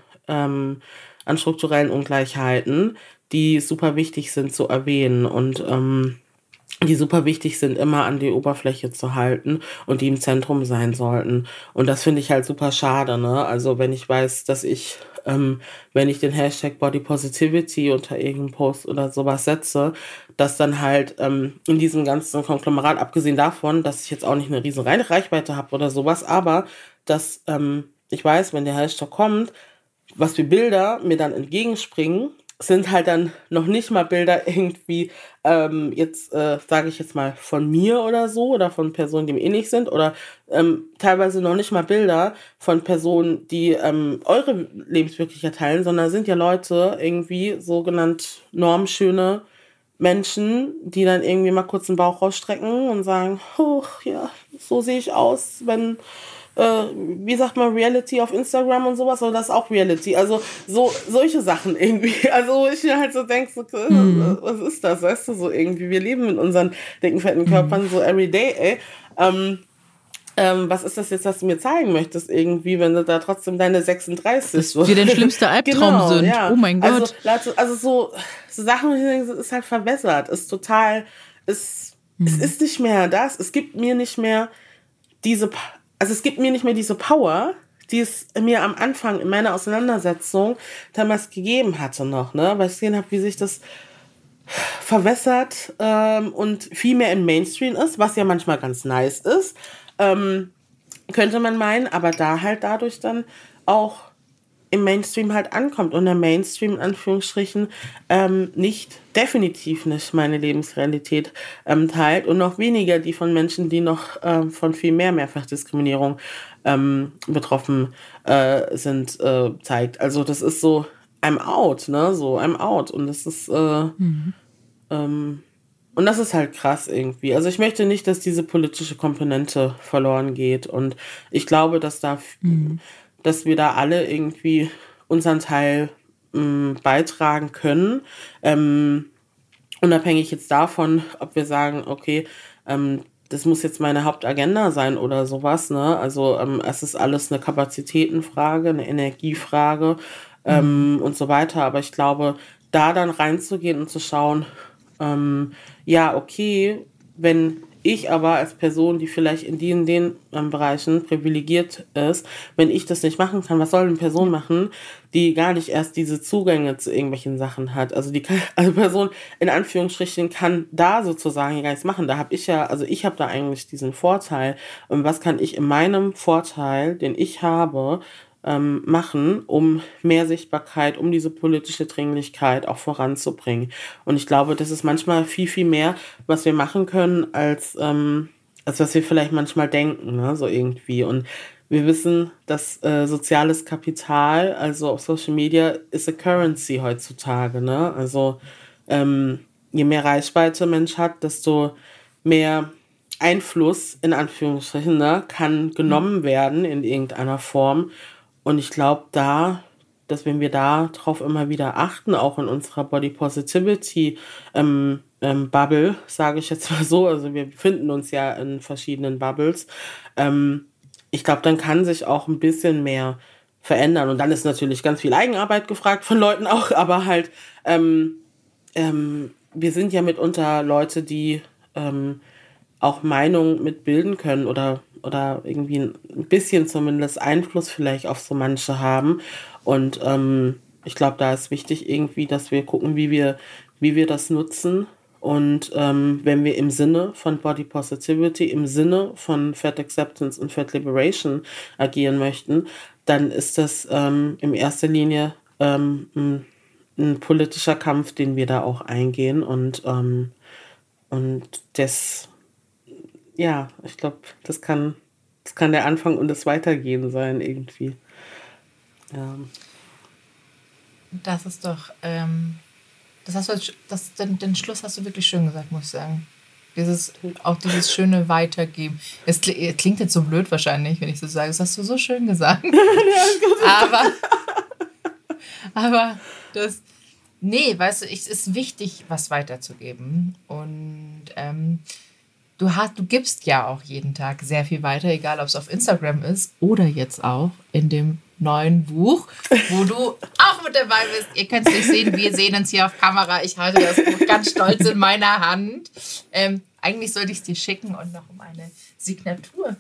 Ungleichheiten, die super wichtig sind zu erwähnen und die super wichtig sind, immer an die Oberfläche zu halten und die im Zentrum sein sollten. Und das finde ich halt super schade, ne? Also wenn ich weiß, dass ich, wenn ich den Hashtag Body Positivity unter irgendeinem Post oder sowas setze, dass dann halt in diesem ganzen Konglomerat, abgesehen davon, dass ich jetzt auch nicht eine riesen Reichweite habe oder sowas, aber dass ich weiß, wenn der Hashtag kommt, was für Bilder mir dann entgegenspringen, sind halt dann noch nicht mal Bilder irgendwie, jetzt sage ich jetzt mal von mir oder so, oder von Personen, die mir ähnlich sind, oder teilweise noch nicht mal Bilder von Personen, die eure Lebenswirklichkeit teilen, sondern sind ja Leute, irgendwie sogenannt normschöne Menschen, die dann irgendwie mal kurz den Bauch rausstrecken und sagen, oh, ja, so sehe ich aus, wenn wie sagt man, Reality auf Instagram und sowas, oder das ist auch Reality? Also so solche Sachen irgendwie. Also ich mir halt so denke, so, was ist das, weißt du, so irgendwie. Wir leben in unseren dicken, fetten Körpern so everyday, ey. Was ist das jetzt, was du mir zeigen möchtest irgendwie, wenn du da trotzdem deine 36 das so. Wir dein schlimmster Albtraum genau, sind. Ja. Oh mein Gott. Also so Sachen, wo ich denke, ist halt verwässert, ist total, es ist nicht mehr das, es gibt mir nicht mehr diese Power, die es mir am Anfang in meiner Auseinandersetzung damals gegeben hatte noch, ne? Weil ich gesehen habe, wie sich das verwässert und viel mehr im Mainstream ist, was ja manchmal ganz nice ist, könnte man meinen, aber da halt dadurch dann auch im Mainstream halt ankommt und der Mainstream in Anführungsstrichen definitiv nicht meine Lebensrealität teilt und noch weniger die von Menschen, die noch von viel mehr Mehrfachdiskriminierung betroffen sind, zeigt. Also das ist so, I'm out, ne, so I'm out und das ist und das ist halt krass irgendwie. Also ich möchte nicht, dass diese politische Komponente verloren geht und ich glaube, dass dass wir da alle irgendwie unseren Teil beitragen können. Unabhängig jetzt davon, ob wir sagen, okay, das muss jetzt meine Hauptagenda sein oder sowas. Ne? Also es ist alles eine Kapazitätenfrage, eine Energiefrage und so weiter. Aber ich glaube, da dann reinzugehen und zu schauen, ja, okay, wenn ich aber als Person, die vielleicht in den Bereichen privilegiert ist, wenn ich das nicht machen kann, was soll eine Person machen, die gar nicht erst diese Zugänge zu irgendwelchen Sachen hat? Also also Person in Anführungsstrichen kann da sozusagen gar nichts machen. Da habe ich ich habe da eigentlich diesen Vorteil. Und was kann ich in meinem Vorteil, den ich habe, machen, um mehr Sichtbarkeit, um diese politische Dringlichkeit auch voranzubringen. Und ich glaube, das ist manchmal viel, viel mehr, was wir machen können, als was wir vielleicht manchmal denken, ne? So irgendwie. Und wir wissen, dass soziales Kapital, also auf Social Media, ist a currency heutzutage, ne? Also je mehr Reichweite ein Mensch hat, desto mehr Einfluss, in Anführungsstrichen, ne, kann genommen werden in irgendeiner Form. Und ich glaube dass wenn wir da drauf immer wieder achten, auch in unserer Body Positivity Bubble, sage ich jetzt mal so, also wir befinden uns ja in verschiedenen Bubbles, ich glaube, dann kann sich auch ein bisschen mehr verändern. Und dann ist natürlich ganz viel Eigenarbeit gefragt von Leuten auch, aber halt, wir sind ja mitunter Leute, die auch Meinungen mitbilden können oder irgendwie ein bisschen zumindest Einfluss vielleicht auf so manche haben. Und ich glaube, da ist wichtig irgendwie, dass wir gucken, wie wir das nutzen. Und wenn wir im Sinne von Body Positivity, im Sinne von Fat Acceptance und Fat Liberation agieren möchten, dann ist das in erster Linie ein politischer Kampf, den wir da auch eingehen. Und das, ja, ich glaube, das kann der Anfang und das Weitergehen sein irgendwie. Ja. Das ist doch, das hast du, den Schluss hast du wirklich schön gesagt, muss ich sagen. Auch dieses schöne Weitergeben. Es klingt jetzt so blöd wahrscheinlich, wenn ich so sage, das hast du so schön gesagt. aber weißt du, es ist wichtig, was weiterzugeben. Und du gibst ja auch jeden Tag sehr viel weiter, egal ob es auf Instagram ist oder jetzt auch in dem neuen Buch, wo du auch mit dabei bist. Ihr könnt es nicht sehen, wir sehen uns hier auf Kamera. Ich halte das Buch ganz stolz in meiner Hand. Eigentlich sollte ich es dir schicken und noch um eine Signatur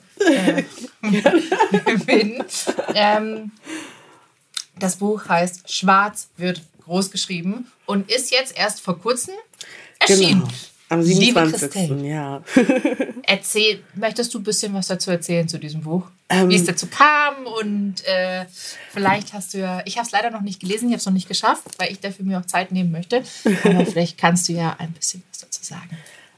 bitten. Das Buch heißt Schwarz wird groß geschrieben und ist jetzt erst vor kurzem erschienen. Genau. Am 27. Ja. Möchtest du ein bisschen was dazu erzählen zu diesem Buch? Wie es dazu kam und vielleicht hast du ja, ich habe es leider noch nicht gelesen, ich habe es noch nicht geschafft, weil ich dafür mir auch Zeit nehmen möchte, aber vielleicht kannst du ja ein bisschen was dazu sagen.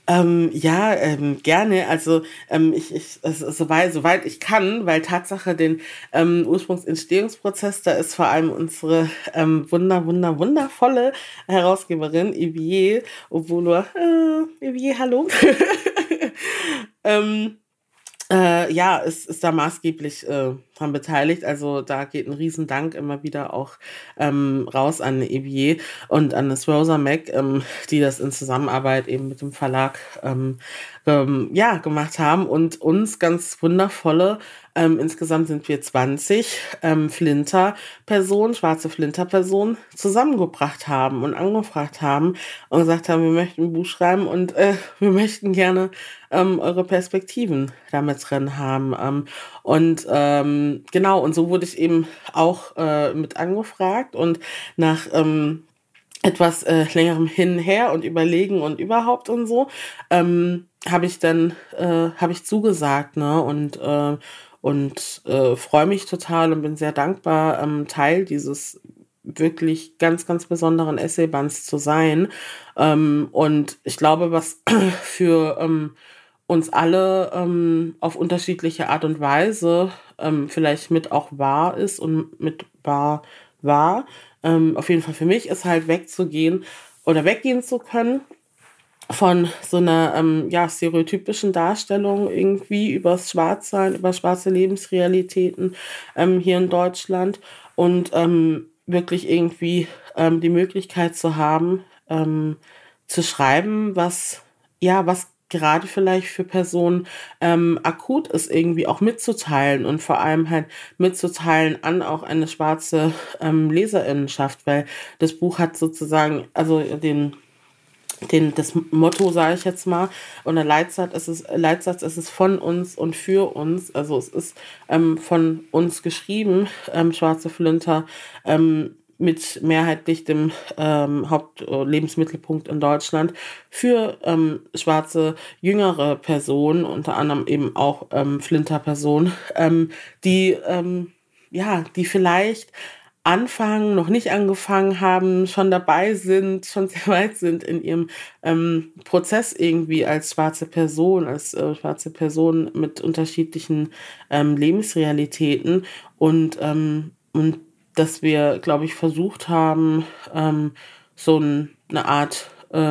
Gerne. Also soweit ich kann, weil Tatsache den Ursprungsentstehungsprozess, da ist vor allem unsere wundervolle Herausgeberin Ivier, Ivier, hallo. Ist da maßgeblich dran beteiligt. Also da geht ein Riesendank immer wieder auch raus an Evier und an das Rosa Mac, die das in Zusammenarbeit eben mit dem Verlag gemacht haben und uns ganz wundervolle, insgesamt sind wir 20 schwarze Flinter-Personen zusammengebracht haben und angefragt haben und gesagt haben, wir möchten ein Buch schreiben und wir möchten gerne eure Perspektiven damit drin haben. Genau, und so wurde ich eben auch mit angefragt und nach etwas längerem Hinher und Überlegen und überhaupt und so, habe ich zugesagt, ne, und freue mich total und bin sehr dankbar, Teil dieses wirklich ganz, ganz besonderen Essaybands zu sein. Und ich glaube, was für uns alle auf unterschiedliche Art und Weise vielleicht mit auch wahr ist und mit wahr war, auf jeden Fall für mich ist halt weggehen zu können von so einer stereotypischen Darstellung irgendwie übers Schwarzsein, über schwarze Lebensrealitäten hier in Deutschland und wirklich irgendwie die Möglichkeit zu haben, zu schreiben, was gerade vielleicht für Personen akut ist, irgendwie auch mitzuteilen und vor allem halt mitzuteilen an auch eine schwarze Leserinnenschaft, weil das Buch hat sozusagen, also das Motto, sage ich jetzt mal, und der Leitsatz ist es von uns und für uns, also es ist von uns geschrieben, Schwarze Flinter, mit mehrheitlich dem Hauptlebensmittelpunkt in Deutschland für schwarze jüngere Personen, unter anderem eben auch Flinter-Personen, die vielleicht anfangen, noch nicht angefangen haben, schon dabei sind, schon sehr weit sind in ihrem Prozess irgendwie als schwarze Person mit unterschiedlichen Lebensrealitäten und dass wir, glaube ich, versucht haben, so eine Art,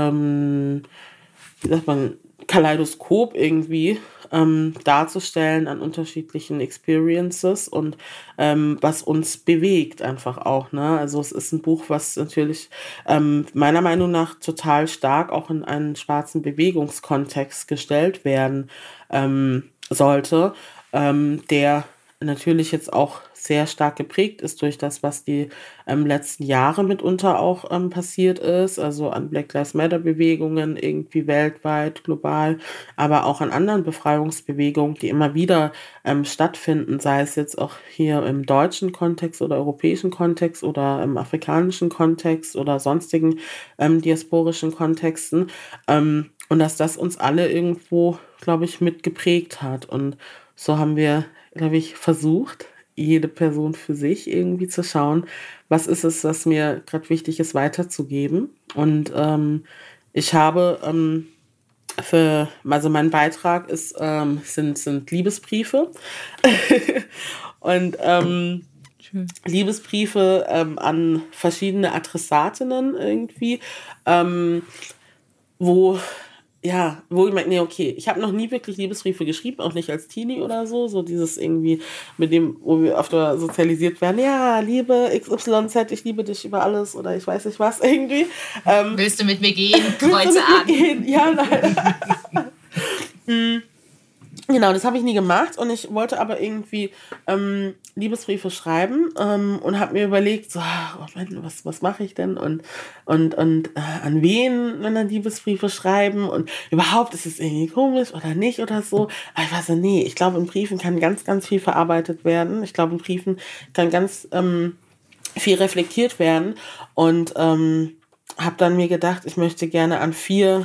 wie sagt man, Kaleidoskop irgendwie darzustellen an unterschiedlichen Experiences und was uns bewegt einfach auch. Ne? Also es ist ein Buch, was natürlich meiner Meinung nach total stark auch in einen schwarzen Bewegungskontext gestellt werden sollte, der natürlich jetzt auch sehr stark geprägt ist durch das, was die letzten Jahre mitunter auch passiert ist, also an Black Lives Matter Bewegungen irgendwie weltweit, global, aber auch an anderen Befreiungsbewegungen, die immer wieder stattfinden, sei es jetzt auch hier im deutschen Kontext oder europäischen Kontext oder im afrikanischen Kontext oder sonstigen diasporischen Kontexten, und dass das uns alle irgendwo, glaube ich, mit geprägt hat. Und so haben wir, glaube ich, versucht, jede Person für sich irgendwie zu schauen, was ist es, was mir gerade wichtig ist, weiterzugeben. Und ich habe also mein Beitrag sind Liebesbriefe. Und Liebesbriefe an verschiedene Adressatinnen irgendwie, wo ich merke, nee, okay, ich habe noch nie wirklich Liebesbriefe geschrieben, auch nicht als Teenie oder so dieses irgendwie mit dem, wo wir öfter sozialisiert werden, ja, Liebe XYZ, ich liebe dich über alles oder ich weiß nicht was irgendwie. Willst du mit mir gehen? Kreuze an. Gehen? Ja, nein. Genau, das habe ich nie gemacht und ich wollte aber irgendwie Liebesbriefe schreiben und habe mir überlegt, so, was mache ich denn und an wen wenn dann Liebesbriefe schreiben und überhaupt ist es irgendwie komisch oder nicht oder so. Aber ich weiß ja, nee, ich glaube, in Briefen kann ganz, ganz viel verarbeitet werden. Ich glaube, in Briefen kann ganz viel reflektiert werden und habe dann mir gedacht, ich möchte gerne an 4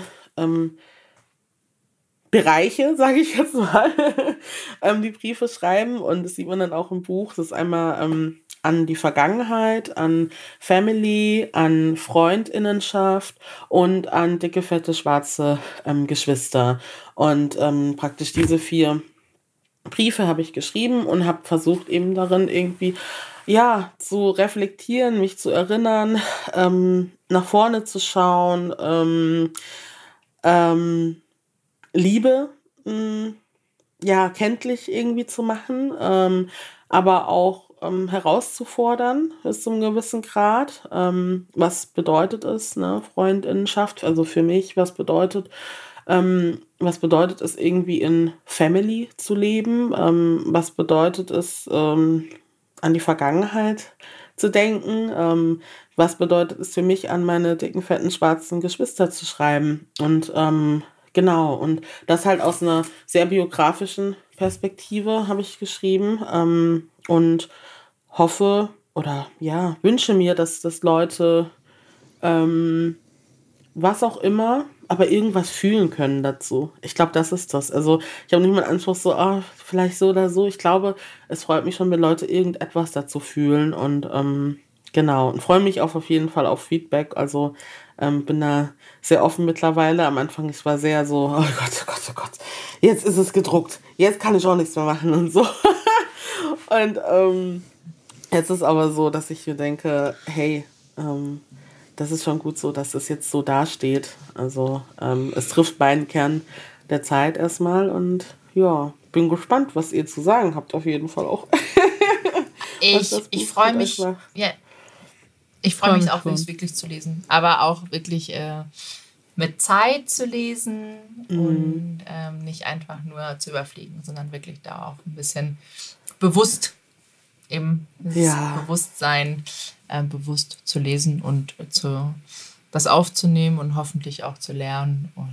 Bereiche, sage ich jetzt mal, die Briefe schreiben und das sieht man dann auch im Buch. Das ist einmal an die Vergangenheit, an Family, an Freundinnenschaft und an dicke, fette, schwarze Geschwister. Und praktisch diese 4 Briefe habe ich geschrieben und habe versucht eben darin irgendwie zu reflektieren, mich zu erinnern, nach vorne zu schauen, Liebe kenntlich irgendwie zu machen, aber auch herauszufordern bis zu einem gewissen Grad. Was bedeutet es, ne? Freundinnenschaft, also für mich, was bedeutet es irgendwie in Family zu leben? Was bedeutet es, an die Vergangenheit zu denken? Was bedeutet es für mich, an meine dicken, fetten, schwarzen Geschwister zu schreiben? Und genau, und das halt aus einer sehr biografischen Perspektive habe ich geschrieben und hoffe oder wünsche mir, dass Leute was auch immer, aber irgendwas fühlen können dazu. Ich glaube, das ist das. Also ich habe nicht mal den Anspruch so, vielleicht so oder so. Ich glaube, es freut mich schon, wenn Leute irgendetwas dazu fühlen und genau. Und freue mich auch auf jeden Fall auf Feedback. Also bin da sehr offen mittlerweile. Am Anfang, ich war sehr so, oh Gott, oh Gott, oh Gott. Jetzt ist es gedruckt. Jetzt kann ich auch nichts mehr machen und so. Und jetzt ist aber so, dass ich mir denke, hey, das ist schon gut so, dass es jetzt so dasteht. Also es trifft meinen Kern der Zeit erstmal und bin gespannt, was ihr zu sagen habt, auf jeden Fall auch. Ich freue mich. Ja, ich freue mich auch, wirklich zu lesen. Aber auch wirklich mit Zeit zu lesen und nicht einfach nur zu überfliegen, sondern wirklich da auch ein bisschen bewusst eben Bewusstsein bewusst zu lesen und das aufzunehmen und hoffentlich auch zu lernen. Und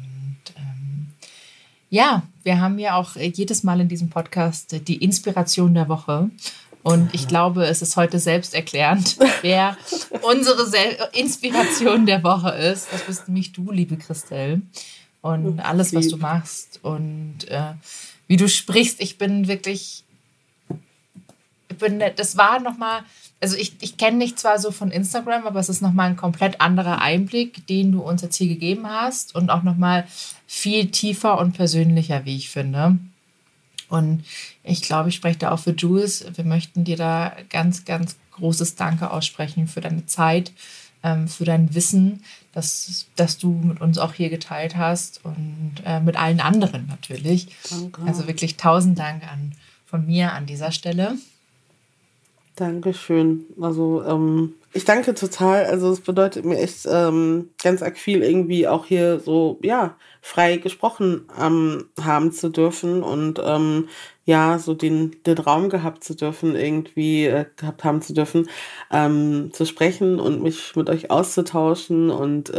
wir haben ja auch jedes Mal in diesem Podcast die Inspiration der Woche. Und ich glaube, es ist heute selbsterklärend, wer unsere Inspiration der Woche ist. Das bist nämlich du, liebe Christel. Und alles, was du machst und wie du sprichst. Das war nochmal also ich kenne dich zwar so von Instagram, aber es ist nochmal ein komplett anderer Einblick, den du uns jetzt hier gegeben hast und auch nochmal viel tiefer und persönlicher, wie ich finde. Und ich glaube, ich spreche da auch für Jules. Wir möchten dir da ganz, ganz großes Danke aussprechen für deine Zeit, für dein Wissen, dass du mit uns auch hier geteilt hast und mit allen anderen natürlich. Danke. Also wirklich 1000 Dank von mir an dieser Stelle. Dankeschön. Also ich danke total. Also es bedeutet mir echt ganz arg viel, irgendwie auch hier so frei gesprochen haben zu dürfen und so den Raum gehabt zu dürfen, gehabt haben zu dürfen, zu sprechen und mich mit euch auszutauschen und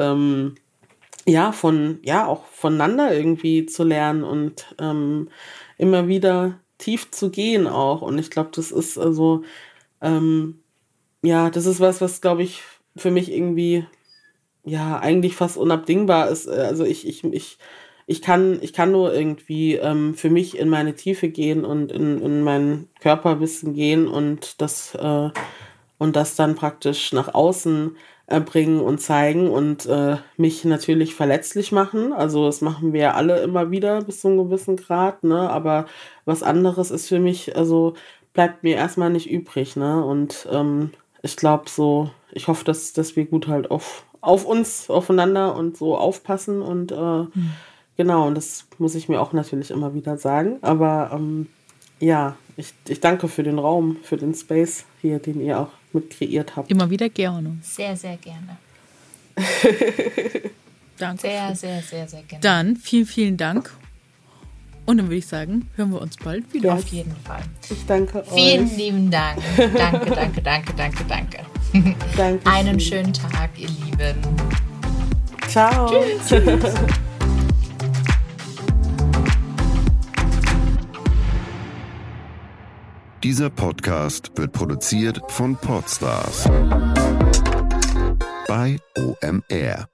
auch voneinander irgendwie zu lernen und immer wieder tief zu gehen auch. Und ich glaube, das ist das ist was glaube ich, für mich irgendwie, eigentlich fast unabdingbar ist. Also ich kann nur irgendwie für mich in meine Tiefe gehen und in mein Körperwissen gehen und das dann praktisch nach außen bringen und zeigen und mich natürlich verletzlich machen. Also das machen wir ja alle immer wieder bis zu einem gewissen Grad, ne? Aber was anderes ist für mich, also bleibt mir erstmal nicht übrig, ne? Und ich glaube ich hoffe, dass wir gut halt auf uns, aufeinander und so aufpassen und genau, und das muss ich mir auch natürlich immer wieder sagen. Aber ich danke für den Raum, für den Space hier, den ihr auch mit kreiert habt. Immer wieder gerne. Sehr, sehr gerne. Danke. Sehr, sehr, sehr, sehr gerne. Dann vielen, vielen Dank. Und dann würde ich sagen, hören wir uns bald wieder. Ja, auf jeden Fall. Ich danke euch. Vielen lieben Dank. Danke, danke, danke, danke, danke. Dankeschön. Einen schönen Tag, ihr Lieben. Ciao. Tschüss. Dieser Podcast wird produziert von Podstars bei OMR.